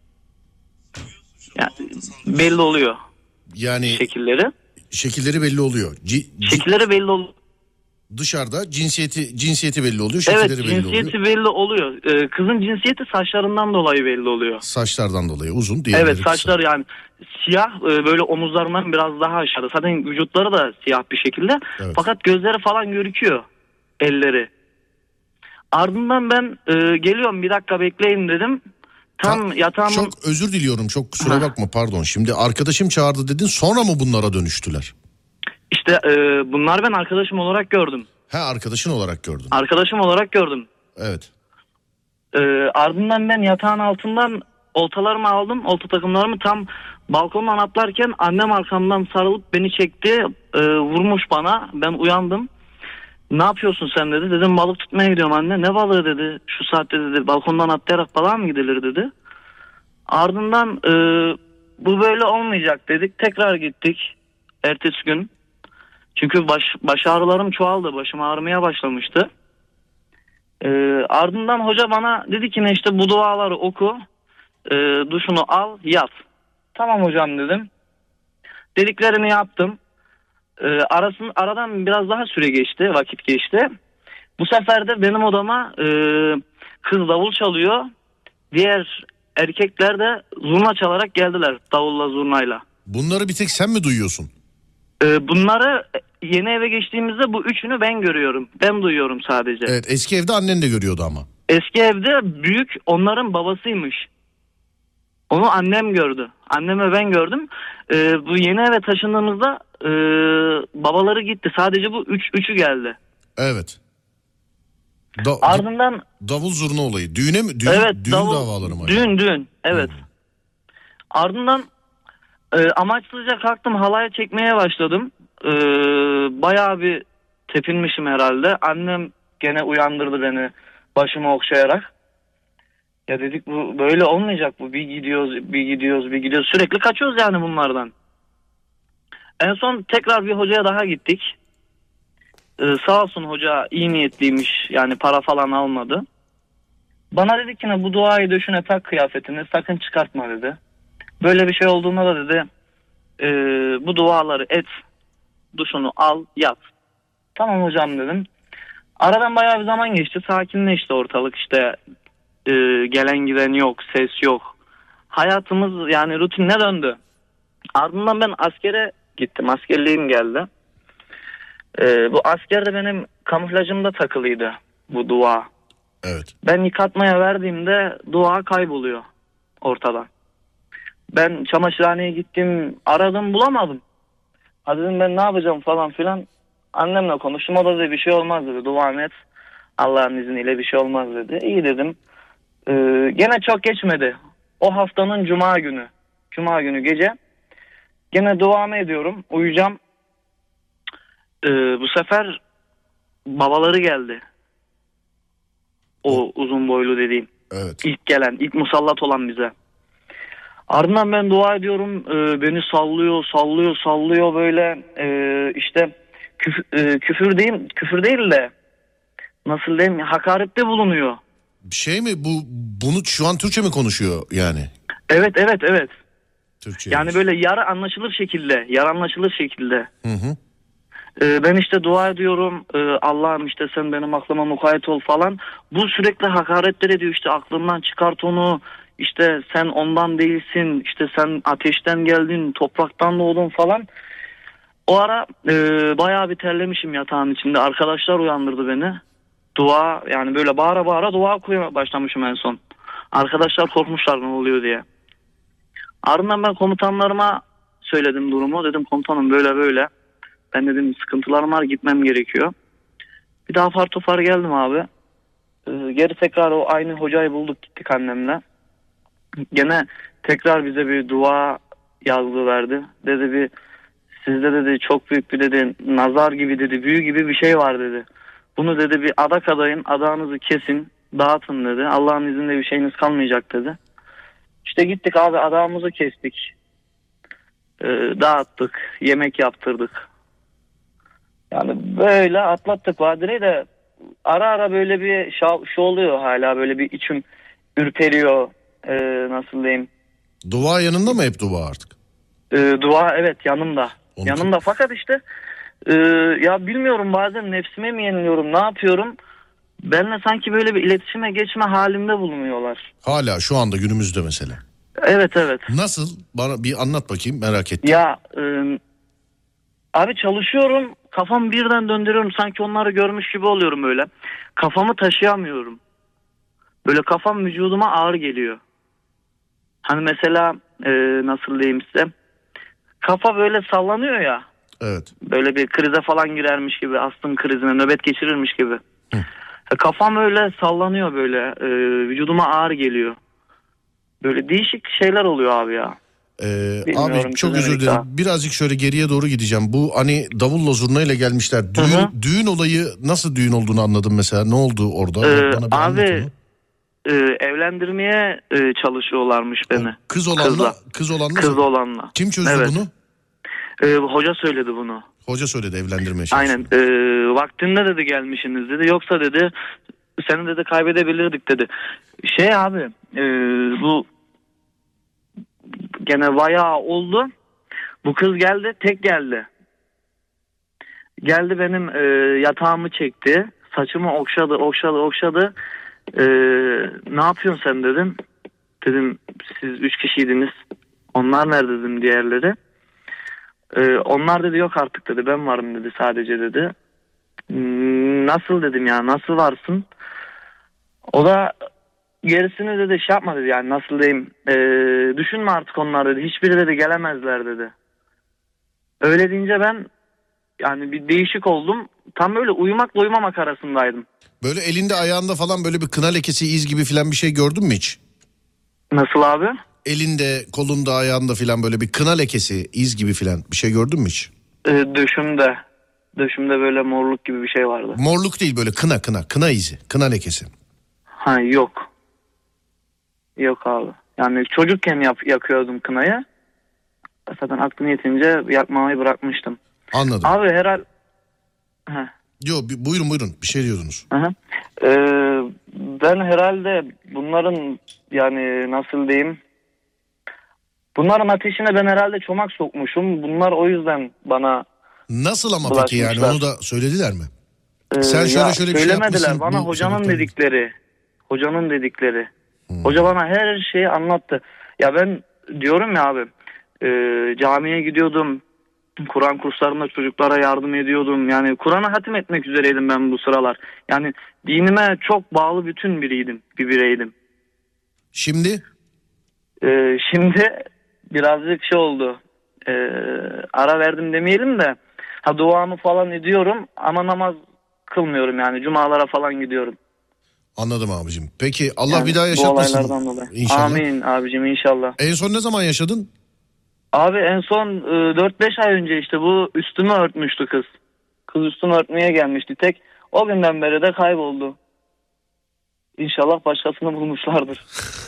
Yani belli oluyor Yani şekilleri. şekilleri belli oluyor. Ci- ci- Şekilleri belli oluyor. dışarıda cinsiyeti cinsiyeti belli oluyor, Evet, şekilleri belli cinsiyeti oluyor. belli oluyor. Ee, kızın cinsiyeti saçlarından dolayı belli oluyor. Saçlardan dolayı uzun, diğerleri Evet, kısa. saçlar yani siyah, e, böyle omuzlarından biraz daha aşağıda. Zaten vücutları da siyah bir şekilde. Evet. Fakat gözleri falan gözüküyor. Elleri. Ardından ben e, geliyorum, bir dakika bekleyin dedim. Tam Ta- yatağımın... Çok özür diliyorum, çok kusura Ha. bakma, pardon. Şimdi arkadaşım çağırdı dedin, sonra mı bunlara dönüştüler? İşte e, bunlar ben arkadaşım olarak gördüm. He, arkadaşın olarak gördün. Arkadaşım olarak gördüm. Evet. E, ardından ben yatağın altından oltalarımı aldım. Olta takımlarımı tam balkondan atlarken annem arkamdan sarılıp beni çekti. E, vurmuş bana. Ben uyandım. Ne yapıyorsun sen dedi. Dedim balık tutmaya gidiyorum anne. Ne balığı dedi. Şu saatte dedi balkondan atlayarak balığa mı gidilir dedi. Ardından e, bu böyle olmayacak dedik. Tekrar gittik. Ertesi gün. Çünkü baş, baş ağrılarım çoğaldı. Başım ağrımaya başlamıştı. E, ardından hoca bana dedi ki ne işte bu duaları oku. E, duşunu al yat. Tamam hocam dedim. Dediklerini yaptım. E, arasın, aradan biraz daha süre geçti. Vakit geçti. Bu sefer de benim odama e, kız davul çalıyor. Diğer erkekler de zurna çalarak geldiler. Davulla zurnayla. Bunları bir tek sen mi duyuyorsun? E, bunları yeni eve geçtiğimizde bu üçünü ben görüyorum. Ben duyuyorum sadece. Evet, eski evde annen de görüyordu ama. Eski evde büyük onların babasıymış. Onu annem gördü. Annem ve ben gördüm. Ee, bu yeni eve taşındığımızda e, babaları gitti. Sadece bu üç, üçü geldi. Evet. Da- Ardından davul zurna olayı. Düğüne mi? Düğün, evet düğün davul, davaları mı? düğün düğün evet. Hmm. Ardından e, amaçsızca kalktım, halaya çekmeye başladım. E, bayağı bir tepinmişim herhalde. Annem gene uyandırdı beni başımı okşayarak. Ya dedik bu böyle olmayacak, bu bir gidiyoruz bir gidiyoruz bir gidiyoruz sürekli kaçıyoruz yani bunlardan. En son tekrar bir hocaya daha gittik. Ee, sağ olsun hoca iyi niyetliymiş, yani para falan almadı. Bana dedi ki ne bu duayı döşüne tak kıyafetini, sakın çıkartma dedi. Böyle bir şey olduğunda da dedi e, bu duaları et, duşunu al yat. Tamam hocam dedim. Aradan bayağı bir zaman geçti, sakinleşti ortalık işte. Ee, gelen giden yok, ses yok. Hayatımız yani rutinine döndü. Ardından ben askere gittim. Askerliğim geldi. Ee, bu askerde benim kamuflajımda takılıydı bu dua. Evet. Ben yıkatmaya verdiğimde dua kayboluyor ortadan. Ben çamaşırhaneye gittim, aradım, bulamadım. Ha dedim ben ne yapacağım falan filan. Annemle konuştum, o da dedi bir şey olmaz dedi. Dua et, Allah'ın izniyle bir şey olmaz dedi. İyi dedim. Ee, gene çok geçmedi. O haftanın cuma günü. Cuma günü gece. Gene duamı ediyorum, uyuyacağım. Ee, bu sefer babaları geldi. O uzun boylu dediğim. Evet. İlk gelen, ilk musallat olan bize. Ardından ben dua ediyorum. Ee, beni sallıyor, sallıyor, sallıyor böyle. Ee, işte küfür, e, küfür değil, küfür değil de nasıl diyeyim, hakarette bulunuyor. Şey mi bu, bunu şu an Türkçe mi konuşuyor yani? Evet, evet, evet. Türkçe. Yani böyle yarı anlaşılır şekilde, yarı anlaşılır şekilde. Hı hı. Ee, ben işte dua ediyorum. Ee, Allah'ım işte sen benim aklıma mukayyet ol falan. Bu sürekli hakaretler ediyor, işte aklından çıkart onu. İşte sen ondan değilsin. İşte sen ateşten geldin, topraktan doğdun falan. O ara e, bayağı bir terlemişim yatağın içinde. Arkadaşlar uyandırdı beni. Dua, yani böyle bağıra bağıra dua okumaya başlamışım en son. Arkadaşlar korkmuşlar ne oluyor diye. Ardından ben komutanlarıma söyledim durumu. Dedim komutanım böyle böyle. Ben dedim sıkıntılarım var, gitmem gerekiyor. Bir daha apar topar geldim abi. Ee, geri tekrar o aynı hocayı bulduk, gittik annemle. Gene tekrar bize bir dua yazdı verdi. Dedi bir sizde dedi çok büyük bir dedi nazar gibi dedi, büyü gibi bir şey var dedi. Bunu dedi bir adak adayın, adağınızı kesin, dağıtın dedi. Allah'ın izniyle bir şeyiniz kalmayacak dedi. İşte gittik abi, adağımızı kestik. Ee, dağıttık, yemek yaptırdık. Yani böyle atlattık Badire'yi de, ara ara böyle bir şu oluyor, hala böyle bir içim ürperiyor, ee, nasıl diyeyim. Dua yanında mı hep dua artık? Ee, dua evet yanımda. Onu yanımda ki... fakat işte e, ya bilmiyorum, bazen nefsime mi yeniliyorum, ne yapıyorum. Benimle sanki böyle bir iletişime geçme halimde bulunuyorlar. Hala şu anda günümüzde mesela. Evet evet. Nasıl? Bana bir anlat bakayım, merak ettim. Ya e, abi çalışıyorum, kafamı birden döndürüyorum, sanki onları görmüş gibi oluyorum böyle. Kafamı taşıyamıyorum. Böyle kafam vücuduma ağır geliyor. Hani mesela e, nasıl diyeyim size, kafa böyle sallanıyor ya. Evet. Böyle bir krize falan girermiş gibi, astım krizine nöbet geçirirmiş gibi. Hı. Kafam öyle sallanıyor böyle, e, vücuduma ağır geliyor. Böyle değişik şeyler oluyor abi ya. Ee, abi çok özür dilerim. Daha. Birazcık şöyle geriye doğru gideceğim. Bu hani davulla zurna ile gelmişler. Düğün, hı hı. düğün olayı nasıl düğün olduğunu anladım mesela. Ne oldu orada? Ee, Bana bir abi e, evlendirmeye e, çalışıyorlarmış beni. O kız olanla, Kızla. kız olanla. Kız olanla. Kim çözdü evet. bunu? Ee, hoca söyledi bunu. Hoca söyledi evlendirmeye çalışıyor. Aynen. E, vaktinde dedi gelmişsiniz dedi. Yoksa dedi seni dedi kaybedebilirdik dedi. Şey abi e, bu gene bayağı oldu. Bu kız geldi, tek geldi. Geldi benim e, yatağımı çekti. Saçımı okşadı, okşadı, okşadı. E, ne yapıyorsun sen dedim. Dedim siz üç kişiydiniz. Onlar nerede dedim diğerleri. E, onlar dedi yok artık dedi. Ben varım dedi sadece dedi. Nasıl dedim ya, nasıl varsın? O da gerisini dedi şey yapma dedi, yani nasıl diyeyim, e, düşünme artık onlar dedi, hiçbiri dedi gelemezler dedi. Öyle deyince ben yani bir değişik oldum, tam böyle uyumakla uyumamak arasındaydım. Böyle elinde ayağında falan böyle bir kına lekesi, iz gibi falan bir şey gördün mü hiç? Nasıl abi? Elinde, kolunda, ayağında falan böyle bir kına lekesi, iz gibi falan bir şey gördün mü hiç? E, döşümde, döşümde böyle morluk gibi bir şey vardı. Morluk değil, böyle kına kına, kına izi, kına lekesi. Ha yok. Yok abi. Yani çocukken yap, yakıyordum kınayı. Zaten aklım yetince yakmamayı bırakmıştım. Anladım. Abi herhal... Heh. Yo buyurun buyurun bir şey diyordunuz. Ee, ben herhalde bunların yani nasıl diyeyim... Bunların ateşine ben herhalde çomak sokmuşum. Bunlar o yüzden bana... Nasıl ama peki yani onu da söylediler mi? Ee, Sen şöyle şöyle bir şey yapmışsın. Söylemediler bana, hocanın dedikleri. Hocanın dedikleri. Hmm. Hoca bana her şeyi anlattı. Ya ben diyorum ya abi, e, camiye gidiyordum. Kur'an kurslarında çocuklara yardım ediyordum. Yani Kur'an'ı hatim etmek üzereydim ben bu sıralar. Yani dinime çok bağlı bütün biriydim, bir bireydim. Şimdi? Ee, şimdi birazcık şey oldu. Ee, ara verdim demeyelim de. Ha duamı falan ediyorum ama namaz kılmıyorum yani. Cumalara falan gidiyorum. Anladım abicim. Peki Allah Yani bir daha bu yaşatmasın. olaylardan dolayı. İnşallah. Amin abicim inşallah. En son ne zaman yaşadın? Abi en son e, dört beş ay önce işte bu üstümü örtmüştü kız. Kız üstümü örtmeye gelmişti tek. O günden beri de kayboldu. İnşallah başkasını bulmuşlardır.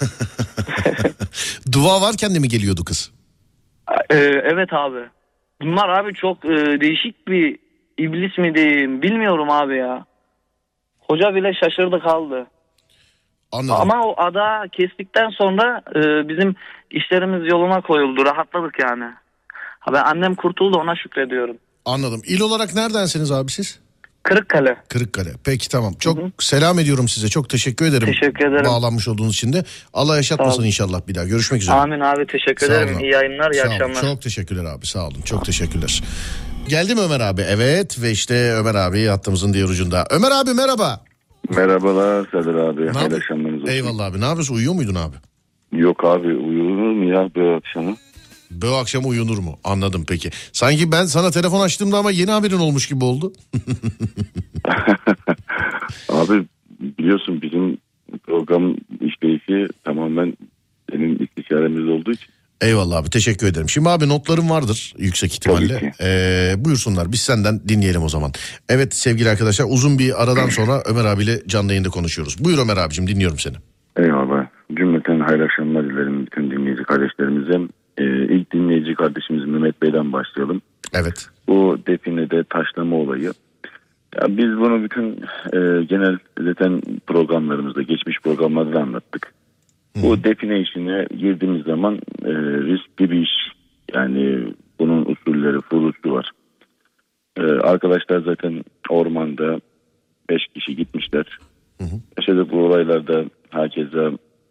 Dua varken de mi geliyordu kız? Ee, evet abi. Bunlar abi çok e, değişik bir iblis mi diyeyim bilmiyorum abi ya. Hoca bile şaşırdı kaldı. Anladım. Ama o ada kestikten sonra e, bizim işlerimiz yoluna koyuldu. Rahatladık yani. Ha ben annem kurtuldu ona şükrediyorum. Anladım. İl olarak neredensiniz abi siz? Kırıkkale. Kırıkkale. Peki tamam. Çok Hı hı. selam ediyorum size. Çok teşekkür ederim. Teşekkür ederim. Bağlanmış olduğunuz için de. Allah yaşatmasın inşallah bir daha. Görüşmek üzere. Amin abi teşekkür Sağ ederim. olun. İyi yayınlar, iyi Sağ olun. akşamlar. Çok teşekkürler abi. Sağ olun. Çok teşekkürler. Geldi mi Ömer abi? Evet ve işte Ömer abi hattımızın diğer ucunda. Ömer abi merhaba. Merhabalar Serdar abi. Ne Hayırlı yap- akşamlarınız olsun. Eyvallah abi. Ne yapıyorsun? Uyuyor muydun abi? Yok abi uyuyor mu ya bu akşamı? Bu akşam uyunur mu? Anladım peki. Sanki ben sana telefon açtığımda ama yeni haberin olmuş gibi oldu. Abi biliyorsun bizim program işleyişi tamamen senin istişaremiz olduğu için. Eyvallah abi teşekkür ederim. Şimdi abi notlarım vardır yüksek ihtimalle. Tabii ki. Ee, buyursunlar biz senden dinleyelim o zaman. Evet sevgili arkadaşlar uzun bir aradan sonra Ömer abiyle canlı yayında konuşuyoruz. Buyur Ömer abicim dinliyorum seni. Eyvallah. Cümleten hayırlı akşamlar dilerim bütün dinleyici kardeşlerimize. Ee, ilk dinleyici kardeşimiz Mehmet Bey'den başlayalım. Evet. Bu definede taşlama olayı. Ya biz bunu bütün e, genel zaten programlarımızda geçmiş programlarda anlattık. Hı. Bu define işine girdiğimiz zaman e, riskli bir iş. Yani bunun usulleri, furusu var. E, arkadaşlar zaten ormanda beş kişi gitmişler. Hı hı. Yaşadık bu olaylarda herkese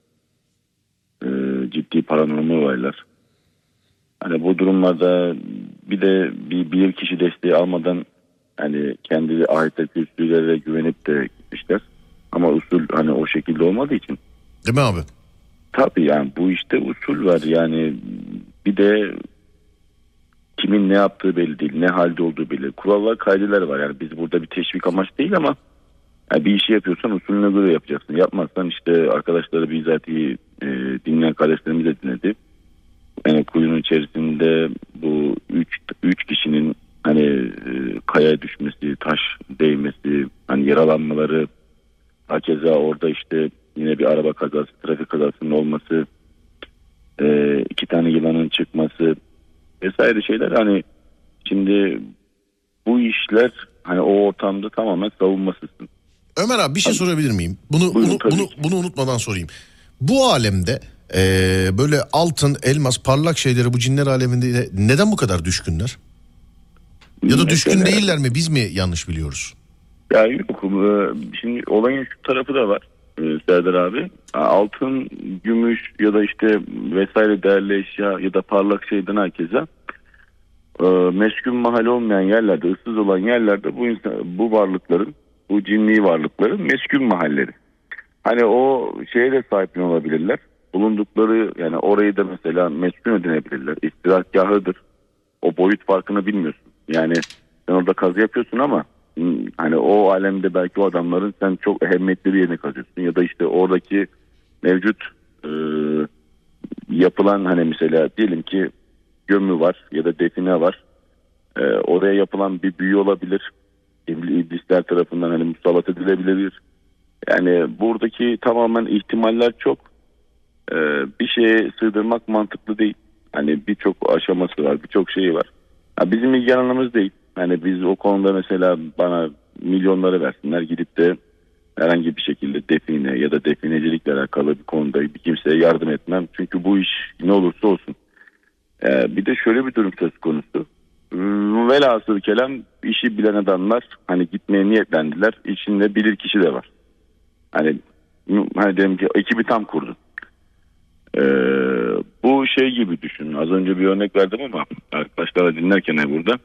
e, ciddi paranormal olaylar. Hani bu durumlarda bir de bir, bir kişi desteği almadan hani kendi ahitteki usullere güvenip de gitmişler. Ama usul hani o şekilde olmadığı için. Değil mi abi? Tabii yani bu işte usul var yani bir de kimin ne yaptığı belli değil, ne halde olduğu belli. Kurallar, kaideler var yani biz burada bir teşvik amaç değil ama yani bir işi yapıyorsan usulüne göre yapacaksın. Yapmazsan işte arkadaşları bizatihi e, dinleyen kardeşlerimiz de dinledi. Yani kuyunun içerisinde bu üç, üç kişinin hani e, kayaya düşmesi, taş değmesi, hani yaralanmaları, hakeza orada işte yine bir araba kazası, trafik kazasının olması, e, iki tane yılanın çıkması vesaire şeyler hani şimdi bu işler hani o ortamda tamamen savunmasızsın. Ömer abi bir şey Abi, sorabilir miyim? Bunu buyurun, bunu, tabii bunu, ki. bunu unutmadan sorayım. Bu alemde e, böyle altın, elmas, parlak şeyleri bu cinler aleminde neden bu kadar düşkünler? Ya da düşkün Mesela- değiller mi? Biz mi yanlış biliyoruz? Ya yok. e, Şimdi olayın şu tarafı da var e, Serdar abi. Altın, gümüş ya da işte vesaire değerli eşya ya da parlak şeyden herkese e, meskun mahal olmayan yerlerde, ıssız olan yerlerde bu insan, bu varlıkların, bu cinni varlıkların meskun mahalleri. Hani o şeye de sahip olabilirler. Bulundukları yani orayı da mesela meskun edinebilirler. İstirahatgahıdır. O boyut farkını bilmiyorsun. Yani sen orada kazı yapıyorsun ama hani o alemde belki o adamların sen çok ehemmiyetli bir yerine kazıyorsun. Ya da işte oradaki mevcut e, yapılan hani mesela diyelim ki gömü var ya da define var. E, oraya yapılan bir büyü olabilir. İblisler tarafından hani musallat edilebilir. Yani buradaki tamamen ihtimaller çok. E, bir şeye sığdırmak mantıklı değil. Hani birçok aşaması var, birçok şeyi var. Ha, bizim ilgi alanımız değil. Yani biz o konuda mesela bana milyonları versinler gidip de herhangi bir şekilde define ya da definecilikle alakalı bir konuda bir kimseye yardım etmem. Çünkü bu iş ne olursa olsun. Ee, bir de şöyle bir durum söz konusu. Velhasıl kelam işi bilen adamlar hani gitmeye niyetlendiler. İçinde bilir kişi de var. Hani, hani diyelim ki ekibi tam kurdun. Ee, Bu şey gibi düşün. Az önce bir örnek verdim ama arkadaşlarla dinlerken burada.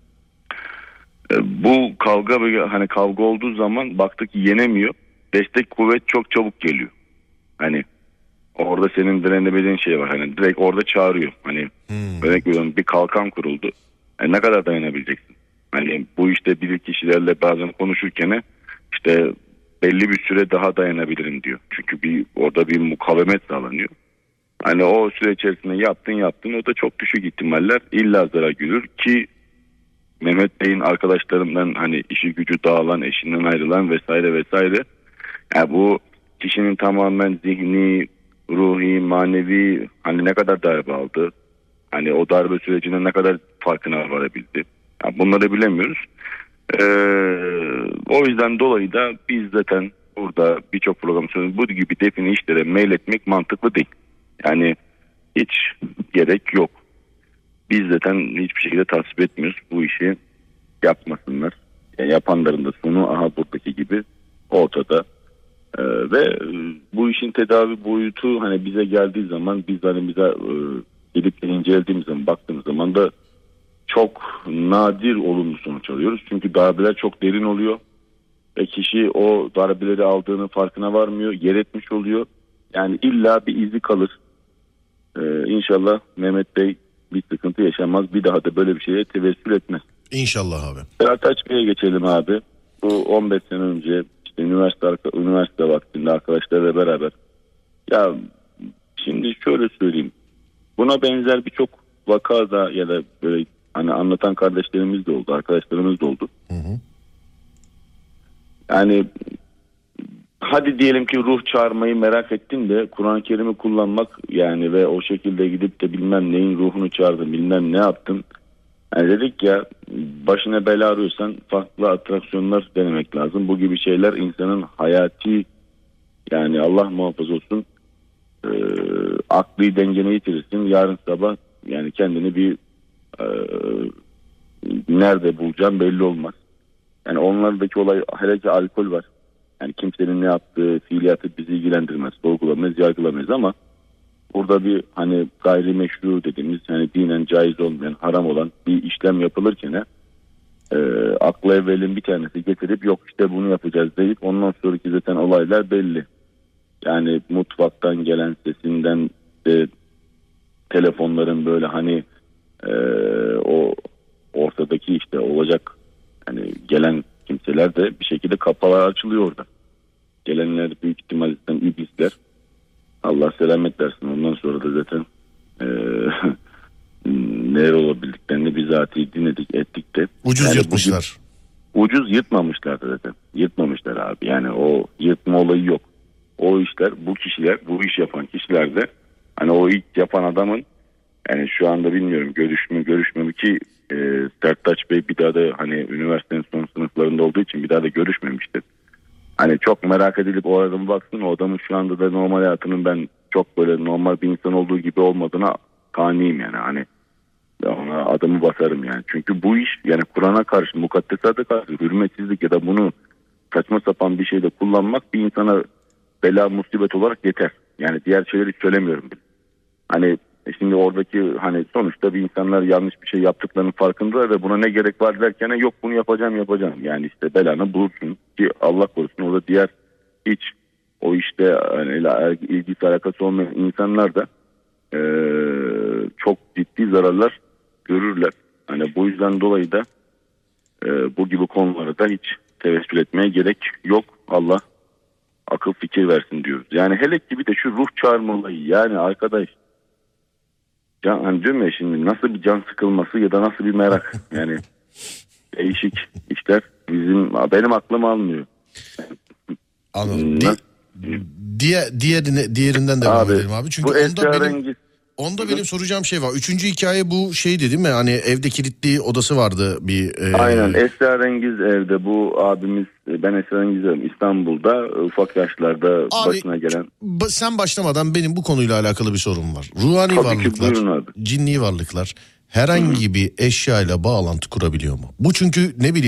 Bu kavga hani kavga olduğu zaman baktık yenemiyor. Destek kuvvet çok çabuk geliyor. Hani orada senin direnebileceğin şey var. Hani direkt orada çağırıyor. Hani hmm. örnek veriyorum bir kalkan kuruldu. Yani ne kadar dayanabileceksin? Hani bu işte bilir kişilerle bazen konuşurken işte belli bir süre daha dayanabilirim diyor. Çünkü bir orada bir mukavemet sağlanıyor. Hani o süre içerisinde yaptın yaptın o da çok düşük ihtimaller illa zarar görür ki Mehmet Bey'in arkadaşlarından hani işi gücü dağılan, eşinden ayrılan vesaire vesaire. Yani bu kişinin tamamen zihni, ruhi, manevi hani ne kadar darbe aldı. Hani o darbe sürecinde ne kadar farkına varabildi. Yani bunları bilemiyoruz. Ee, o yüzden dolayı da biz zaten burada birçok program söylüyoruz. Bu gibi define işlere meyletmek mantıklı değil. Yani hiç gerek yok. Biz zaten hiçbir şekilde tasvip etmiyoruz. Bu işi yapmasınlar. Yani yapanların da sonu aha buradaki gibi ortada. Ee, ve bu işin tedavi boyutu hani bize geldiği zaman biz hani bize e, gelip incelediğimiz zaman baktığımız zaman da çok nadir olumlu sonuç alıyoruz. Çünkü darbeler çok derin oluyor. Ve kişi o darbeleri aldığının farkına varmıyor. Yer etmiş oluyor. Yani illa bir izi kalır. Ee, İnşallah Mehmet Bey bir sıkıntı yaşamaz. Bir daha da böyle bir şeye tevessül etmez. İnşallah abi. Sertaç Bey'e geçelim abi. Bu on beş sene önce işte üniversite üniversite vaktinde arkadaşlarla beraber. Ya şimdi şöyle söyleyeyim. Buna benzer birçok vaka da ya da böyle hani anlatan kardeşlerimiz de oldu, arkadaşlarımız da oldu. Hı hı. Yani hadi diyelim ki ruh çağırmayı merak ettin de Kur'an-ı Kerim'i kullanmak yani ve o şekilde gidip de bilmem neyin ruhunu çağırdın, bilmem ne yaptın. Yani dedik ya başına bela arıyorsan farklı atraksiyonlar denemek lazım. Bu gibi şeyler insanın hayati yani Allah muhafaza olsun e, akli dengeni yitirirsin. Yarın sabah yani kendini bir e, nerede bulacağım belli olmaz. Yani onlardaki olay hele ki alkol var. Yani kimsenin ne yaptığı fiiliyatı bizi ilgilendirmez, sorgulamayız, yargılamayız ama burada bir hani gayrimeşru dediğimiz yani dinen caiz olmayan, haram olan bir işlem yapılırken e, akla evvelin bir tanesi getirip yok işte bunu yapacağız deyip ondan sonraki zaten olaylar belli. Yani mutfaktan gelen sesinden de telefonların böyle hani e, o ortadaki işte olacak hani gelen kimseler de bir şekilde kapalar açılıyor orada. Gelenler büyük ihtimalle iblisler. Allah selamet versin. Ondan sonra da zaten e, neler olabildiklerini bizatihi dinledik ettik de. Ucuz yani yırtmışlar. Bugün, ucuz yırtmamışlar zaten. Yırtmamışlar abi. Yani o yırtma olayı yok. O işler bu kişiler bu iş yapan kişiler de hani o ilk yapan adamın yani şu anda bilmiyorum görüş mü görüşme mi ki e, Sertaç Bey bir daha da hani üniversitenin son sınıflarında olduğu için bir daha da görüşmemiştir. Hani çok merak edilip o adamı baksın o adamın şu anda da normal hayatının ben çok böyle normal bir insan olduğu gibi olmadığına kaniyim yani hani ona adamı basarım yani. Çünkü bu iş yani Kur'an'a karşı mukaddesata karşı hürmetsizlik ya da bunu saçma sapan bir şeyde kullanmak bir insana bela musibet olarak yeter. Yani diğer şeyleri söylemiyorum. Hani şimdi oradaki hani sonuçta bir insanlar yanlış bir şey yaptıklarının farkında ve buna ne gerek var derken yok bunu yapacağım yapacağım. Yani işte belanı bulursun ki Allah korusun orada diğer hiç o işte hani ilgisi alakası olmayan insanlar da e, çok ciddi zararlar görürler. Hani bu yüzden dolayı da e, bu gibi konulara da hiç tevessül etmeye gerek yok. Allah akıl fikir versin diyoruz. Yani hele ki bir de şu ruh çağırma olayı yani arkadaş can, hani diyorum ya şimdi nasıl bir can sıkılması ya da nasıl bir merak yani değişik işler bizim benim aklım almıyor. Anladım. Di- diğer diğerine diğerinden devam abi, edelim abi. Çünkü bu onda benim onda benim soracağım şey var. Üçüncü hikaye bu şeydi değil mi? Hani evde kilitli odası vardı bir. E... Aynen esrarengiz evde bu abimiz ben esrarengiz evim İstanbul'da ufak yaşlarda abi, başına gelen. Sen başlamadan benim bu konuyla alakalı bir sorum var. Ruhani tabii varlıklar, ki, cinni varlıklar herhangi Hı-hı. bir eşyayla bağlantı kurabiliyor mu? Bu çünkü ne bileyim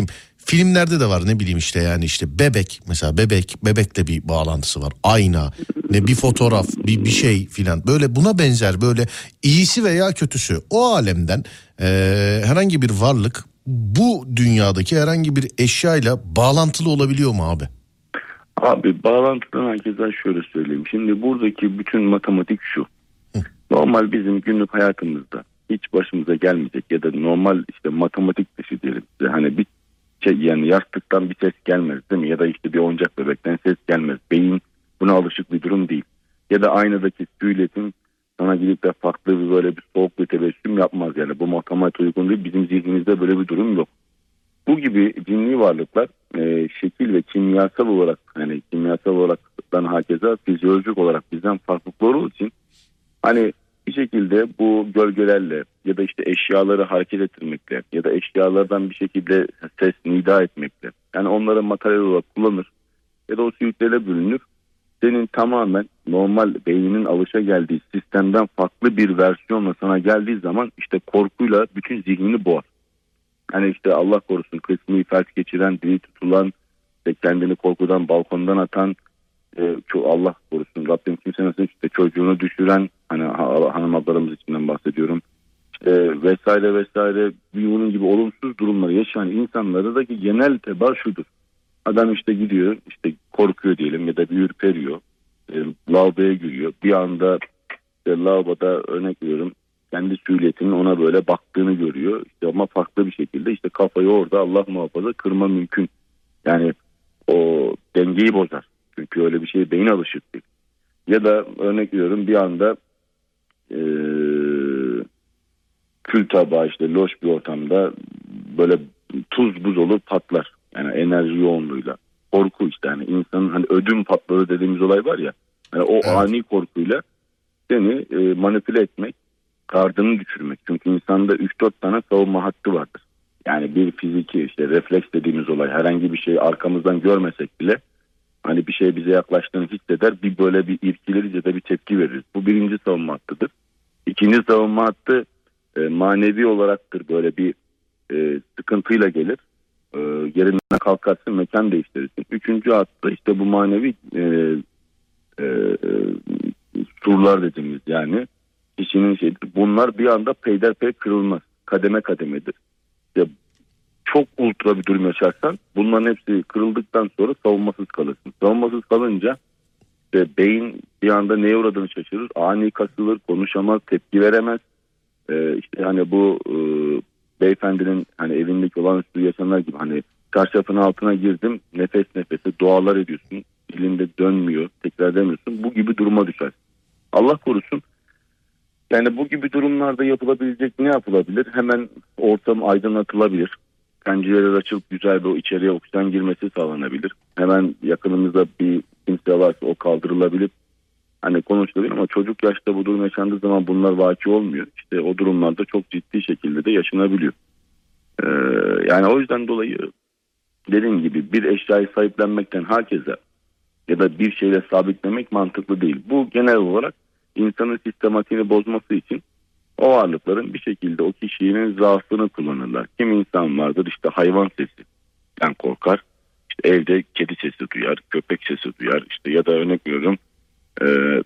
filmlerde de var, ne bileyim işte, yani işte bebek mesela, bebek bebekle bir bağlantısı var, ayna, ne bir fotoğraf, bir bir şey filan, böyle buna benzer, böyle iyisi veya kötüsü o alemden e, herhangi bir varlık bu dünyadaki herhangi bir eşyayla bağlantılı olabiliyor mu abi? Abi bağlantıdan herkese şöyle söyleyeyim. Şimdi buradaki bütün matematik şu. Hı. Normal bizim günlük hayatımızda hiç başımıza gelmeyecek ya da normal işte matematik dışı diyelim size. Hani bir şey, yani yastıktan bir ses gelmez değil mi? Ya da işte bir oyuncak bebekten ses gelmez. Beyin buna alışık bir durum değil. Ya da aynadaki sületin sana gidip de farklı bir böyle bir soğuk bir tebessüm yapmaz yani. Bu matematik uygun değil. Bizim zihnimizde böyle bir durum yok. Bu gibi cinli varlıklar e, şekil ve kimyasal olarak, hani kimyasal olaraktan hakeza fizyolojik olarak bizden farklılıkları olduğu için hani bir şekilde bu gölgelerle ya da işte eşyaları hareket ettirmekle ya da eşyalardan bir şekilde ses nida etmekle, yani onları materyal olarak kullanır ya da o suyutlere bölünür. Senin tamamen normal beyninin alışa geldiği sistemden farklı bir versiyonla sana geldiği zaman işte korkuyla bütün zihnini boğar. Hani işte Allah korusun kısmi felç geçiren, diri tutulan, işte kendini korkudan balkondan atan, e, Allah korusun Rabbim kimsenin işte çocuğunu düşüren, hani hanım ablalarımız içinden bahsediyorum. İşte vesaire vesaire bunun gibi olumsuz durumları yaşayan insanlarda da ki genel teba şudur. Adam işte gidiyor, işte korkuyor diyelim ya da bir ürperiyor. E, lavaboya giriyor. Bir anda işte lavaboda örnek veriyorum, kendi süliyetinin ona böyle baktığını görüyor. İşte ama farklı bir şekilde işte kafayı orada Allah muhafaza kırma mümkün. Yani o dengeyi bozar. Çünkü öyle bir şeye beyin alışık değil. Ya da örnek veriyorum bir anda e, kül tabağı işte loş bir ortamda böyle tuz buz olur patlar. Yani enerji yoğunluğuyla. Korku işte, yani insanın hani ödüm patladı dediğimiz olay var ya. Yani o evet. Ani korkuyla seni e, manipüle etmek, gardını düşürmek. Çünkü insanda üç dört tane savunma hattı vardır. Yani bir fiziki işte refleks dediğimiz olay, herhangi bir şeyi arkamızdan görmesek bile hani bir şey bize yaklaştığını hisseder, bir böyle bir irkiliriz ya da bir tepki veririz. Bu birinci savunma hattıdır. İkinci savunma hattı e, manevi olaraktır, böyle bir e, sıkıntıyla gelir. E, yerinden kalkarsın, mekan değiştirirsin. Üçüncü hattı işte bu manevi e, e, surlar dediğimiz, yani kişinin şeydir. Bunlar bir anda peyderpey kırılmaz. Kademe kademedir. İşte çok ultra bir durum yaşarsan bunların hepsi kırıldıktan sonra savunmasız kalırsın. Savunmasız kalınca işte beyin bir anda neye uğradığını şaşırır. Ani kasılır, konuşamaz, tepki veremez. Ee, işte hani bu e, beyefendinin hani evindeki olağanüstü yaşananlar gibi, hani çarşafın altına girdim, nefes nefese dualar ediyorsun. Dilinde dönmüyor, tekrar demiyorsun. Bu gibi duruma düşer. Allah korusun. Yani bu gibi durumlarda yapılabilecek ne yapılabilir? Hemen ortam aydınlatılabilir. Pencereler açılıp güzel bir içeriye oksijen girmesi sağlanabilir. Hemen yakınımızda bir kimse varsa o kaldırılabilir. Hani konuşulabilir ama çocuk yaşta bu durum yaşandığı zaman bunlar vaki olmuyor. İşte o durumlarda çok ciddi şekilde de yaşanabiliyor. Ee, yani o yüzden dolayı dediğim gibi bir eşyayı sahiplenmekten herkese ya da bir şeyle sabitlemek mantıklı değil. Bu genel olarak insanın sistematiğini bozması için o varlıkların bir şekilde o kişinin zaafını kullanırlar. Kim insan vardır işte hayvan sesinden korkar. İşte evde kedi sesi duyar, köpek sesi duyar. İşte ya da örnek veriyorum e,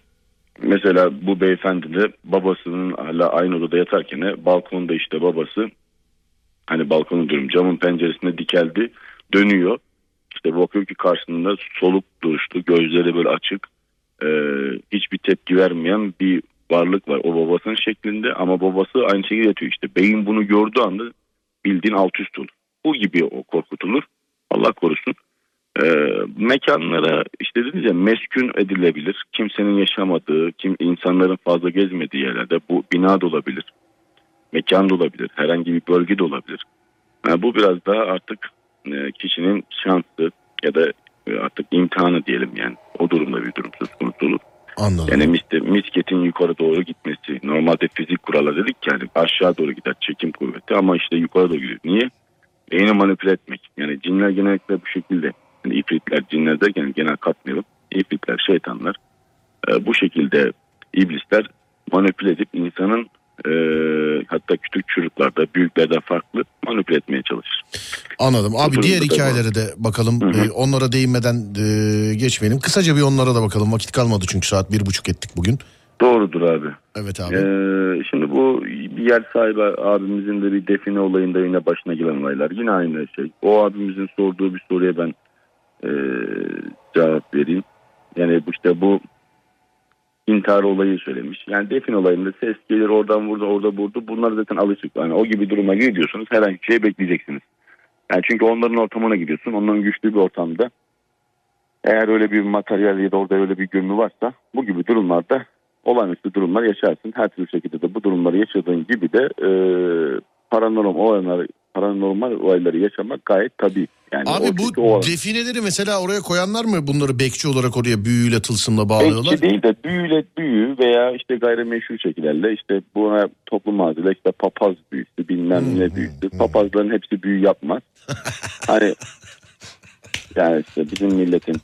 mesela bu beyefendi de babasının hala aynı odada yatarken balkonda işte babası, hani balkonu diyorum, camın penceresinde dikeldi, dönüyor. İşte bakıyor ki karşısında soluk duruşlu, gözleri böyle açık, e, hiçbir tepki vermeyen bir varlık var. O babasının şeklinde ama babası aynı şekilde yatıyor işte. Beyin bunu gördüğü anda bildiğin alt üst olur. Bu gibi o korkutulur. Allah korusun. Ee, mekanlara işte dediniz ya, meskun edilebilir. Kimsenin yaşamadığı, kim insanların fazla gezmediği yerlerde, bu bina da olabilir. Mekan da olabilir. Herhangi bir bölge de olabilir. Yani bu biraz daha artık e, kişinin şansı ya da e, artık imtihanı diyelim yani. O durumda bir durum söz konusu olur. Anladım. Yani mis- misketin yukarı doğru gitmesi. Normalde fizik kuralları dedik ki yani aşağı doğru gider çekim kuvveti ama işte yukarı doğru gidiyor. Niye? Beyni manipüle etmek. Yani cinler genellikle bu şekilde. Yani ifritler, cinler derken genel katmayalım. İfritler, şeytanlar e, bu şekilde iblisler manipüle edip insanın e, hatta küçük çocuklarda büyüklerden farklı manipüle etmeye çalışır. Anladım. Abi diğer durumda da hikayelere de bakalım. Hı hı. Ee, onlara değinmeden e, geçmeyelim. Kısaca bir onlara da bakalım. Vakit kalmadı çünkü saat bir buçuk ettik bugün. Doğrudur abi. Evet abi. Ee, şimdi bu bir yer sahibi abimizin de bir define olayında yine başına gelen olaylar. Yine aynı şey. O abimizin sorduğu bir soruya ben e, cevap vereyim. Yani işte bu intihar olayı söylemiş. Yani define olayında ses gelir oradan vurdu orada vurdu. Bunlar zaten alışık. Yani o gibi duruma gidiyorsunuz, herhangi bir şey bekleyeceksiniz. Yani çünkü onların ortamına gidiyorsun. Onların güçlü bir ortamda. Eğer öyle bir materyal ya da orada öyle bir gömü varsa bu gibi durumlarda olağanüstü durumlar yaşarsın. Her türlü şekilde de bu durumları yaşadığın gibi de e, paranormal olaylar, paranormal olayları yaşamak gayet tabii. Yani Abi o bu çünkü o defineleri mesela oraya koyanlar mı bunları bekçi olarak oraya büyüyle tılsımla bağlıyorlar? bekçi değil de büyüyle büyü veya işte gayrimeşru şekillerle işte buna toplum adıyla işte papaz büyüsü bilmem Hmm, ne hmm, büyüsü. hmm. Papazların hepsi büyü yapmaz. Hani yani işte bizim milletin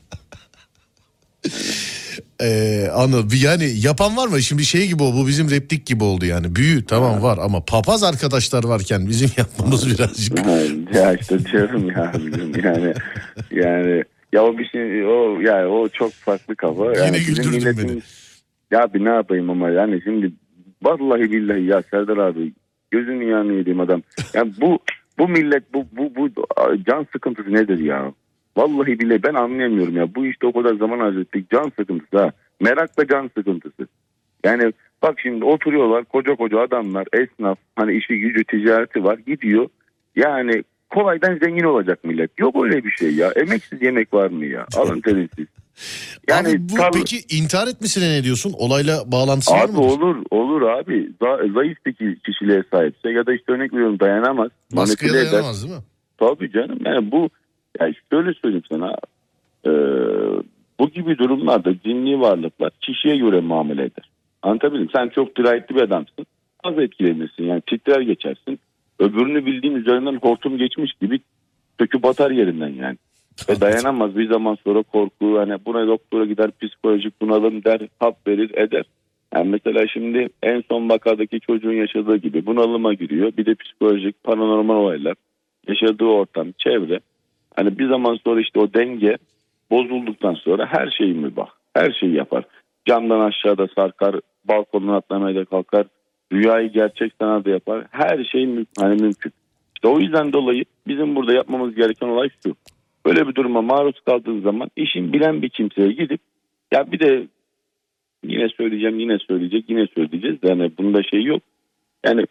Ee, anladım. Yani yapan var mı? Şimdi şey gibi o, bu bizim replik gibi oldu yani. Büyü tamam var ama papaz arkadaşlar varken bizim yapmamız birazcık. ya işte diyorum ya bizim yani yani ya o bir şey o yani o çok farklı kafa. Yani Yine bizim güldürdün milletin, beni. ya bir ne yapayım ama yani şimdi vallahi billahi ya Serdar abi gözünün yanına yediğim adam. Yani bu bu millet bu bu bu can sıkıntısı nedir ya? Vallahi bile ben anlayamıyorum ya. Bu işte o kadar zaman harcadık. Can sıkıntısı ha. Merakla can sıkıntısı. Yani bak şimdi oturuyorlar koca koca adamlar, esnaf, hani işi gücü ticareti var, gidiyor. Yani kolaydan zengin olacak millet. Yok öyle bir şey ya. Emeksiz yemek var mı ya? Alın terinsiz. Yani abi bu tar- peki intihar etmesine ne diyorsun? Olayla bağlantısı var Abi mı? olur olur abi. Za- zayıf bir kişiliğe sahipse ya da işte örnek veriyorum dayanamaz. Baskıya manipüle eder. dayanamaz değil mi? Tabii canım. Yani bu yani şöyle söyleyeyim sana. Ee, bu gibi durumlarda cinli varlıklar kişiye göre muamele eder. Anlatabildim. Sen çok dirayetli bir adamsın. Az etkilenirsin. Yani titrer geçersin. Öbürünü bildiğin üzerinden hortum geçmiş gibi söküp atar yerinden yani. Ve dayanamaz bir zaman sonra korku. Hani buna doktora gider, psikolojik bunalım der, hap verir eder. Yani mesela şimdi en son vakadaki çocuğun yaşadığı gibi bunalıma giriyor. Bir de psikolojik paranormal olaylar. Yaşadığı ortam, çevre. Hani bir zaman sonra işte o denge bozulduktan sonra her şeyi mübah. Her şeyi yapar. Camdan aşağıda sarkar, balkondan atlamaya da kalkar. Rüyayı gerçek sanat da yapar. Her şey mü- hani mümkün. İşte o yüzden dolayı bizim burada yapmamız gereken olay şu. Böyle bir duruma maruz kaldığın zaman işin bilen bir kimseye gidip ya bir de yine söyleyeceğim, yine söyleyecek, yine söyleyeceğiz. Yani bunda şey yok. Yani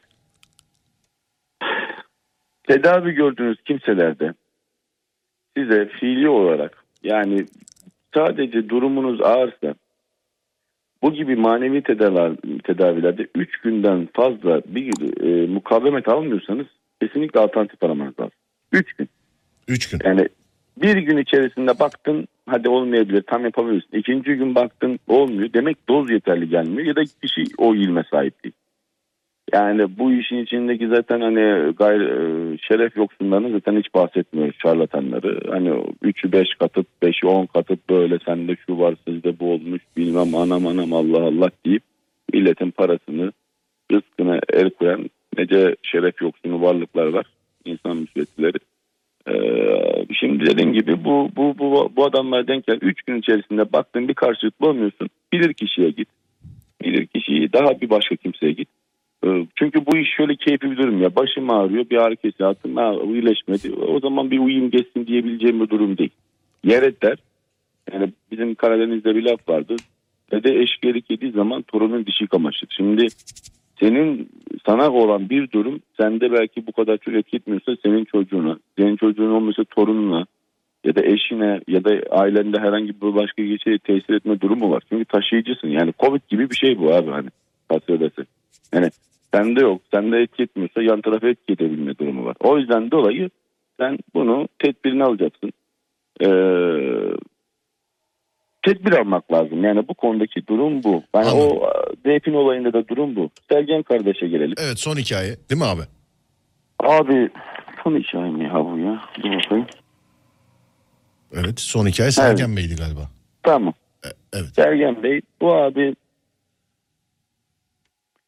tedavi gördüğünüz kimselerde size fiili olarak yani sadece durumunuz ağırsa bu gibi manevi tedavi, tedavilerde üç günden fazla bir e, mukavemet almıyorsanız kesinlikle alternatif aramanız lazım. üç gün. üç gün. Yani bir gün içerisinde baktın hadi olmayabilir tam yapabilirsin. İkinci gün baktın olmuyor. Demek doz yeterli gelmiyor ya da kişi o ilme sahip değil. Yani bu işin içindeki zaten hani gayri e, şeref yoksunlarını zaten hiç bahsetmiyoruz şarlatanları. Hani üçü beş katıp beşi on katıp böyle sende şu var sizde bu olmuş bilmem anam anam Allah Allah deyip milletin parasını rızkına el koyan nece şeref yoksunu varlıklar var. İnsan müsveddileri. Ee, şimdi dediğim gibi bu bu bu bu adamlar denk gel üç gün içerisinde baktın bir karşılık bulamıyorsun. Bilir kişiye git. Bilir kişiyi daha bir başka kimseye git. Çünkü bu iş şöyle keyifli bir durum ya. Başım ağrıyor bir ağrı kesici attım. Ha, iyileşmedi. O zaman bir uyuyayım geçsin diyebileceğim bir durum değil. Yer eder. Yani bizim Karadeniz'de bir laf vardı. Dede eşkeri yediği zaman torunun dişi kamaşır. Şimdi senin sana olan bir durum sende belki bu kadar çok etki etmiyorsa senin çocuğuna, senin çocuğun olmasa torununa ya da eşine ya da ailende herhangi bir başka bir şeye tesir etme durumu var. Çünkü taşıyıcısın. Yani Covid gibi bir şey bu abi hani. Kasiyodası. Yani sende yok, sende etki etmiyorsa yan tarafa etki edebilme durumu var. O yüzden dolayı sen bunu tedbirini alacaksın. Ee, tedbir almak lazım. Yani bu konudaki durum bu. Yani Anladım. o Defin olayında da durum bu. Sergen kardeşe gelelim. Evet son hikaye değil mi abi? Abi son hikaye mi ya bu ya? Dur bakayım. Evet son hikaye Sergen evet. Bey'di galiba. Tamam. E, evet. Sergen Bey bu abi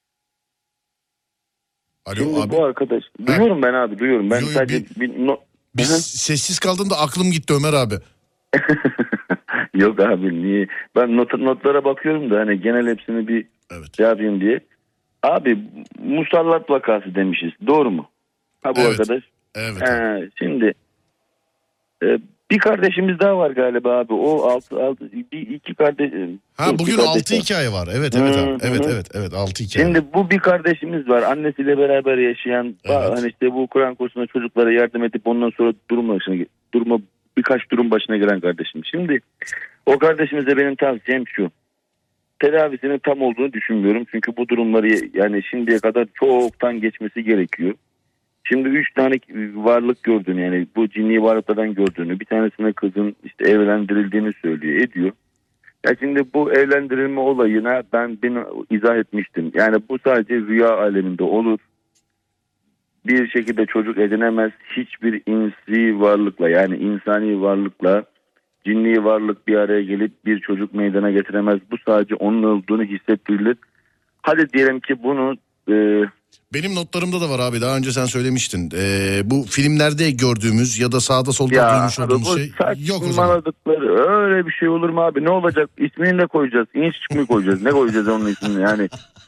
Alo Şimdi abi. bu arkadaş duyuyorum ben abi duyuyorum. Ben Yo, yo, sadece bir... bir no, Biz Hı hı. sessiz kaldığında aklım gitti Ömer abi. Yok abi niye? Ben not, notlara bakıyorum da hani genel hepsini bir Evet. şey yapayım diye. Abi musallat vakası demişiz. Doğru mu? Ha bu Evet. arkadaş. Evet. Ee, şimdi e, bir kardeşimiz daha var galiba abi. O altı, altı bir iki kardeş. Ha bir bugün kardeş altı var. hikaye var. Evet evet abi. Hı, Evet hı. evet evet altı hikaye. Şimdi var. bu bir kardeşimiz var. Annesiyle beraber yaşayan. Evet. Hani işte bu Kur'an kursuna çocuklara yardım edip ondan sonra durum başına duruma birkaç durum başına gelen kardeşim. Şimdi o kardeşimize benim tavsiyem şu. Tedavisinin tam olduğunu düşünmüyorum. Çünkü bu durumları yani şimdiye kadar çoktan geçmesi gerekiyor. Şimdi üç tane varlık gördüğünü yani bu cinni varlıklardan gördüğünü, bir tanesine kızın işte evlendirildiğini söylüyor, ediyor. Ya şimdi bu evlendirilme olayına ben beni izah etmiştim. Yani bu sadece rüya aleminde olur. Bir şekilde çocuk edinemez. Hiçbir insi varlıkla yani insani varlıkla cinni varlık bir araya gelip bir çocuk meydana getiremez. Bu sadece onun olduğunu hissettirilir. Hadi diyelim ki bunu... E, Benim notlarımda da var abi. Daha önce sen söylemiştin. Ee, bu filmlerde gördüğümüz ya da sağda solda ya duymuş abi olduğumuz bu şey yok o zaman. saçmaladıkları öyle bir şey olur mu abi? Ne olacak? İsmini de koyacağız. İnç mi koyacağız? Ne koyacağız onun ismini yani?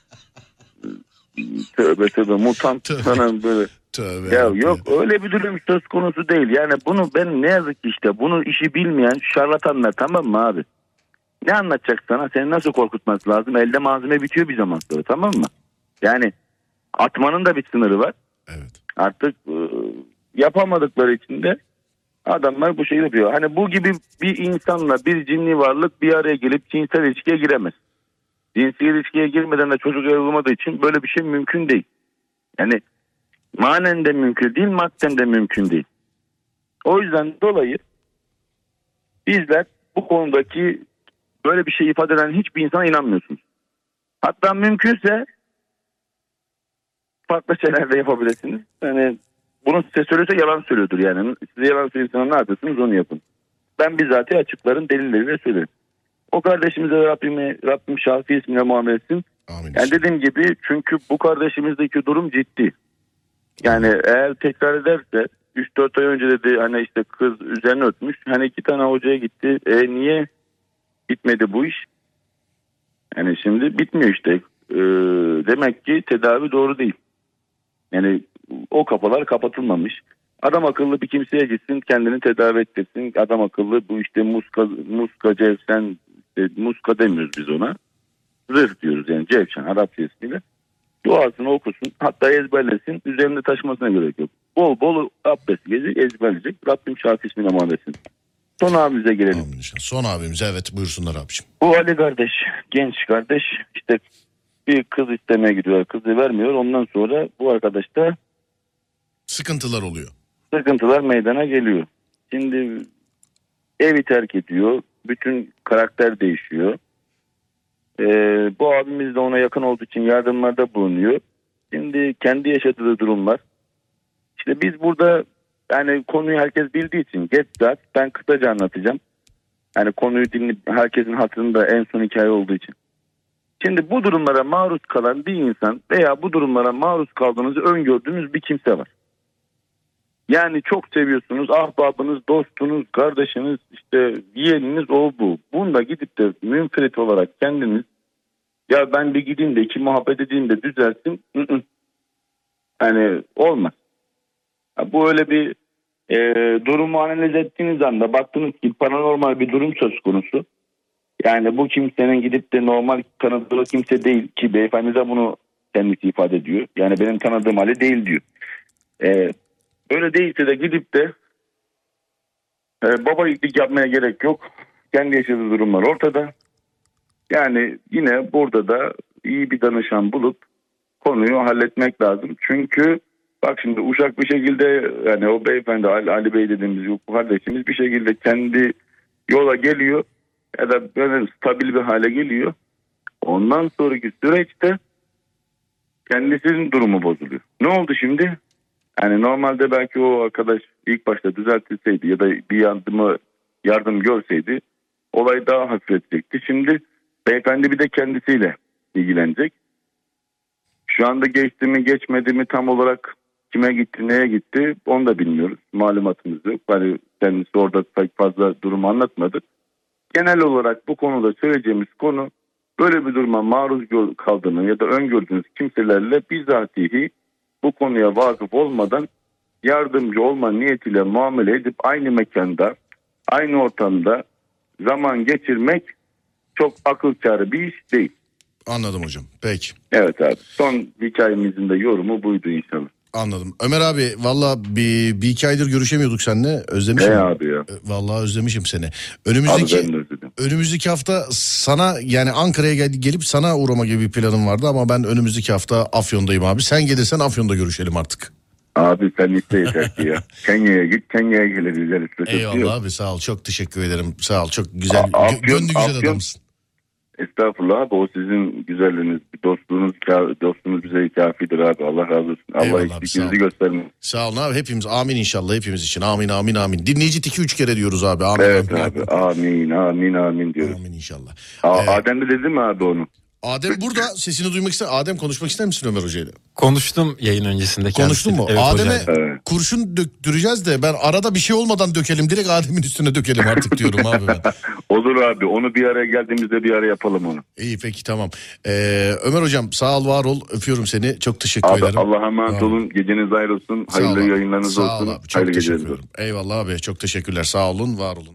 Tövbe tövbe mutant Tövbe. sana böyle. Tövbe Ya yarabbim. yok öyle bir durum söz konusu değil. Yani bunu ben ne yazık ki işte bunu işi bilmeyen şarlatanlar, tamam mı abi? Ne anlatacak sana? Seni nasıl korkutması lazım? Elde malzeme bitiyor bir zaman sonra, tamam mı? Yani atmanın da bir sınırı var. Evet. Artık e, yapamadıkları için de adamlar bu şeyi yapıyor. Hani bu gibi bir insanla bir cinli varlık bir araya gelip cinsel ilişkiye giremez. Cinsel ilişkiye girmeden de çocuk olmadığı için böyle bir şey mümkün değil. Yani manen de mümkün değil, madden de mümkün değil. O yüzden dolayı bizler bu konudaki böyle bir şey ifade eden hiçbir insana inanmıyorsunuz. Hatta mümkünse farklı şeyler de yapabilirsiniz. Yani bunu size söylüyorsa yalan söylüyordur yani. Size yalan söylüyorsa ne yapıyorsunuz onu yapın. Ben bizzat açıkların delilleriyle söylerim. O kardeşimize Rabbim, Rabbim Şafi ismine muamele etsin. Amin. Yani dediğim gibi çünkü bu kardeşimizdeki durum ciddi. Yani eğer tekrar ederse üç dört ay önce dedi hani işte kız üzerine ötmüş. Hani iki tane hocaya gitti. E niye bitmedi bu iş? Yani şimdi bitmiyor işte. Ee, demek ki tedavi doğru değil. Yani o kapılar kapatılmamış. Adam akıllı bir kimseye gitsin kendini tedavi ettirsin. Adam akıllı bu işte muska, muska cevsen işte muska demiyoruz biz ona. Zırh diyoruz yani cevşen Arapça ismiyle. Duasını okusun hatta ezberlesin. Üzerinde taşımasına gerek yok. Bol bol abdest gelecek ezberleyecek. Rabbim Şafi ismine muhabbetsin. Son abimize gelelim. Amin. Son abimiz evet buyursunlar abiciğim. Bu Ali kardeş genç kardeş işte bir kız istemeye gidiyor. Kızı vermiyor. Ondan sonra bu arkadaş da Sıkıntılar oluyor. sıkıntılar meydana geliyor. Şimdi evi terk ediyor. Bütün karakter değişiyor. Ee, bu abimiz de ona yakın olduğu için yardımlarda bulunuyor. Şimdi kendi yaşadığı durumlar. İşte biz burada yani konuyu herkes bildiği için geç saat ben kısaca anlatacağım. Yani konuyu dinleyip herkesin hatırında en son hikaye olduğu için. Şimdi bu durumlara maruz kalan bir insan veya bu durumlara maruz kaldığınızı öngördüğünüz bir kimse var. Yani çok seviyorsunuz, ahbabınız, dostunuz, kardeşiniz, işte yeğeniniz o bu. Bunda gidip de münferit olarak kendiniz ya ben bir gideyim de iki muhabbet edeyim de düzelsin. Yani olmaz. Bu öyle bir e, durumu analiz ettiğiniz anda baktınız ki paranormal bir durum söz konusu. Yani bu kimsenin gidip de normal tanıdığı kimse değil ki beyefendi de bunu kendisi ifade ediyor. Yani benim tanıdığım Ali değil diyor. Ee, öyle değilse de gidip de e, baba yiğitlik yapmaya gerek yok. Kendi yaşadığı durumlar ortada. Yani yine burada da iyi bir danışan bulup konuyu halletmek lazım. Çünkü bak şimdi uşak bir şekilde yani o beyefendi Ali, Ali Bey dediğimiz bu kardeşimiz bir şekilde kendi yola geliyor. Ya da böyle stabil bir hale geliyor. Ondan sonraki süreçte kendisinin durumu bozuluyor. Ne oldu şimdi? Yani normalde belki o arkadaş ilk başta düzeltilseydi ya da bir yardımı yardım görseydi olay daha hafifletecekti. Şimdi beyefendi bir de kendisiyle ilgilenecek. Şu anda geçti mi geçmedi mi tam olarak Kime gitti, neye gitti onu da bilmiyoruz. Malumatımız yok. Hani kendisi orada pek fazla durumu anlatmadı. Genel olarak bu konuda söyleyeceğimiz konu, böyle bir duruma maruz gör- kaldığını ya da öngördüğünüz kimselerle bizatihi bu konuya vakıf olmadan yardımcı olma niyetiyle muamele edip aynı mekanda, aynı ortamda zaman geçirmek çok akıl kârı bir iş değil. Anladım hocam. Peki. Evet abi. Son hikayemizin de yorumu buydu inşallah. Anladım. Ömer abi valla bir, bir iki aydır görüşemiyorduk seninle. Özlemişim. Ne abi ya? Valla özlemişim seni. Abi Önümüzdeki ben de özledim. önümüzdeki hafta sana yani Ankara'ya gel, gelip sana uğrama gibi bir planım vardı ama ben önümüzdeki hafta Afyon'dayım abi. Sen gelirsen Afyon'da görüşelim artık. Abi sen iste yeter ki ya. Kenya'ya git, Kenya'ya geliriz. Eyvallah abi, sağ ol, çok teşekkür ederim. Sağ ol, çok güzel. A- gö- Afyon- gönlü güzel Afyon- adamsın. Estağfurullah abi, o sizin güzelliğiniz, dostluğunuz, dostluğunuz bize kafidir abi. Allah razı olsun. Allah Eyvallah abi, sağ ol. eksikliğinizi göstermesin. Sağ olun abi, hepimiz amin inşallah, hepimiz için amin amin amin. Dinleyici tiki üç kere diyoruz abi, amin Evet amin, abi, amin amin amin diyoruz. amin inşallah. A- Ee, Adem de dedi mi abi onu? Adem burada, sesini duymak ister. Adem konuşmak ister misin Ömer Hoca'yla? Konuştum yayın öncesinde. Konuştun kendisiyle. mu? Evet Adem'e hocam. Evet. kurşun döktüreceğiz de ben arada bir şey olmadan dökelim, direkt Adem'in üstüne dökelim artık diyorum abi ben. Olur abi, onu bir araya geldiğimizde bir ara yapalım onu. İyi peki, tamam. Ee, Ömer Hocam sağ ol, var ol, öpüyorum seni, çok teşekkür Abi ederim. Allah'a emanet Tamam. olun, geceniz hayırlı olsun, Sağ ol hayırlı abi. yayınlarınız Sağ ol olsun, abi, çok hayırlı teşekkür geceleriniz olsun. ederim. Eyvallah abi, çok teşekkürler, sağ olun, var olun.